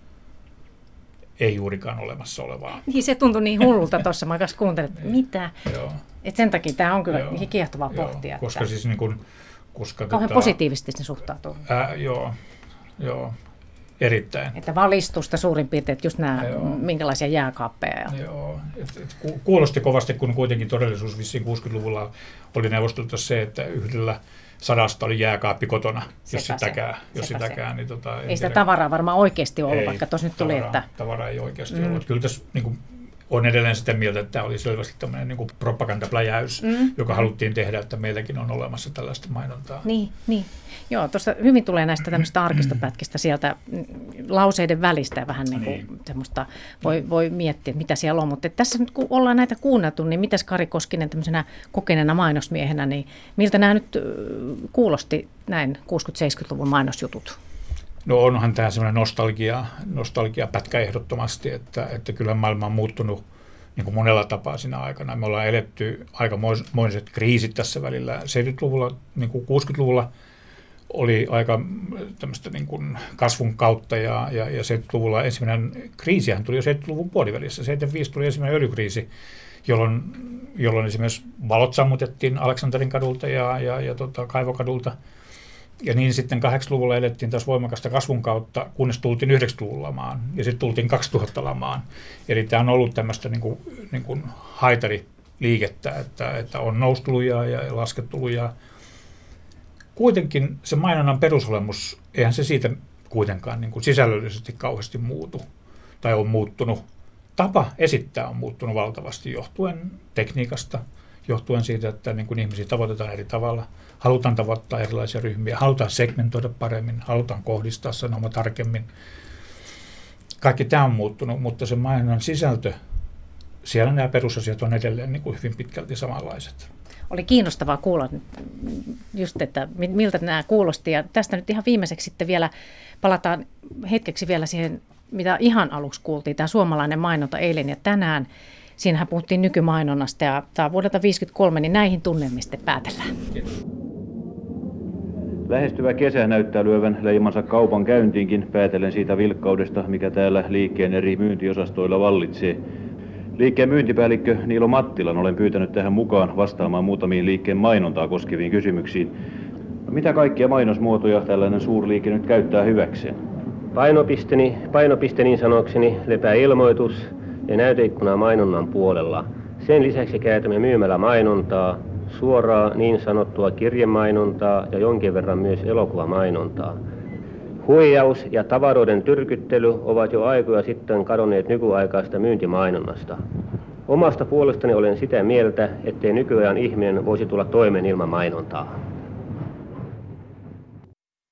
Speaker 4: ei juurikaan olemassa olevaa.
Speaker 3: Niin, se tuntui niin hullulta tuossa, mä kanssa kuuntelin, että mitä?
Speaker 4: Joo.
Speaker 3: Et sen takia tämä on kyllä
Speaker 4: Joo.
Speaker 3: kiehtovaa
Speaker 4: Joo.
Speaker 3: pohtia.
Speaker 4: Koska
Speaker 3: että
Speaker 4: siis niin kuin, koska
Speaker 3: kauhean
Speaker 4: tota,
Speaker 3: positiivisesti se suhtautuu.
Speaker 4: Ää, joo, joo, erittäin.
Speaker 3: Että valistusta suurin piirtein, että just nämä, joo. minkälaisia jääkaappeja. Ja...
Speaker 4: Joo, et, et kuulosti kovasti, kun kuitenkin todellisuus vissiin kuusikymmentäluvulla oli Neuvostoliitossa se, että yhdellä sadasta oli jääkaappi kotona, jos
Speaker 3: Sepä
Speaker 4: sitäkään.
Speaker 3: Se.
Speaker 4: Jos
Speaker 3: Sepä
Speaker 4: sitäkään
Speaker 3: se.
Speaker 4: niin tota,
Speaker 3: ei sitä tavaraa varmaan oikeasti ollut,
Speaker 4: ei,
Speaker 3: vaikka tuossa nyt
Speaker 4: tavaraa,
Speaker 3: tuli, että...
Speaker 4: Tavaraa ei oikeasti
Speaker 3: mm.
Speaker 4: ollut. Kyllä tässä niin kuin, on edelleen sitä mieltä, että tämä oli selvästi tämmöinen niin kuin propagandapläjäys, mm. joka haluttiin tehdä, että meilläkin on olemassa tällaista mainontaa.
Speaker 3: Niin, niin. Joo, tuossa hyvin tulee näistä tämmöistä arkistopätkistä sieltä lauseiden välistä ja vähän niin kuin niin. semmoista voi, voi miettiä, että mitä siellä on. Mutta tässä nyt kun ollaan näitä kuunneltu, niin mitäs Kari Koskinen tämmöisenä kokeneena mainosmiehenä, niin miltä nämä nyt kuulosti näin kuusikymmentä-seitsemänkymmentäluvun mainosjutut?
Speaker 4: No onhan tämä semmoinen nostalgia, nostalgiapätkä ehdottomasti, että, että kyllä maailma on muuttunut niin kuin monella tapaa siinä aikana. Me ollaan eletty aikamoiset kriisit tässä välillä. seitsemänkymmentäluvulla, niin kuin kuusikymmentäluvulla oli aika tämmöistä niin kuin kasvun kautta ja, ja, ja seitsemänkymmentäluvulla ensimmäinen kriisihän tuli jo seitsemänkymmentäluvun puolivälissä. seitsemänkymmentäviisi tuli ensimmäinen öljykriisi, jolloin, jolloin esimerkiksi valot sammutettiin Aleksanterin kadulta ja, ja, ja tota, Kaivokadulta. Ja niin sitten kahdeksankymmentäluvulla elettiin taas voimakasta kasvun kautta, kunnes tultiin yhdeksänkymmentäluvun lamaan ja sitten tultiin kaksituhatta lamaan. Eli tämä on ollut tämmöistä niin kuin, niin kuin haitariliikettä, että, että on noustu lujaa ja laskettu lujaa. Kuitenkin se mainonnan perusolemus, eihän se siitä kuitenkaan niin kuin sisällöllisesti kauheasti muutu tai on muuttunut. Tapa esittää on muuttunut valtavasti johtuen tekniikasta, johtuen siitä, että niin kuin ihmisiä tavoitetaan eri tavalla. Halutaan tavoittaa erilaisia ryhmiä, halutaan segmentoida paremmin, halutaan kohdistaa sanoma tarkemmin. Kaikki tämä on muuttunut, mutta se mainonnan sisältö, siellä nämä perusasiat on edelleen niin kuin hyvin pitkälti samanlaiset.
Speaker 3: Oli kiinnostavaa kuulla just, että miltä nämä kuulosti. Ja tästä nyt ihan viimeiseksi sitten vielä palataan hetkeksi vielä siihen, mitä ihan aluksi kuultiin, tämä suomalainen mainonta eilen ja tänään. Siinähän puhuttiin nykymainonnasta ja tämä on vuodelta tuhatyhdeksänsataaviisikymmentäkolme, niin näihin tunnelmiin sitten päätellään.
Speaker 2: Lähestyvä kesä näyttää lyövän leimansa kaupan käyntiinkin, päätellen siitä vilkkaudesta, mikä täällä liikkeen eri myyntiosastoilla vallitsee. Liikkeen myyntipäällikkö Niilo Mattilan olen pyytänyt tähän mukaan vastaamaan muutamiin liikkeen mainontaa koskeviin kysymyksiin. No, mitä kaikkia mainosmuotoja tällainen suurliike nyt käyttää hyväkseen?
Speaker 5: Painopisteni, painopiste niin sanokseni lepää ilmoitus ja näyteikkuna mainonnan puolella. Sen lisäksi käytämme myymällä mainontaa, suoraa niin sanottua kirjemainontaa ja jonkin verran myös elokuvamainontaa. Huijaus ja tavaroiden tyrkyttely ovat jo aikoja sitten kadonneet nykyaikaista myyntimainonnasta. Omasta puolestani olen sitä mieltä, ettei nykyajan ihminen voisi tulla toimeen ilman mainontaa.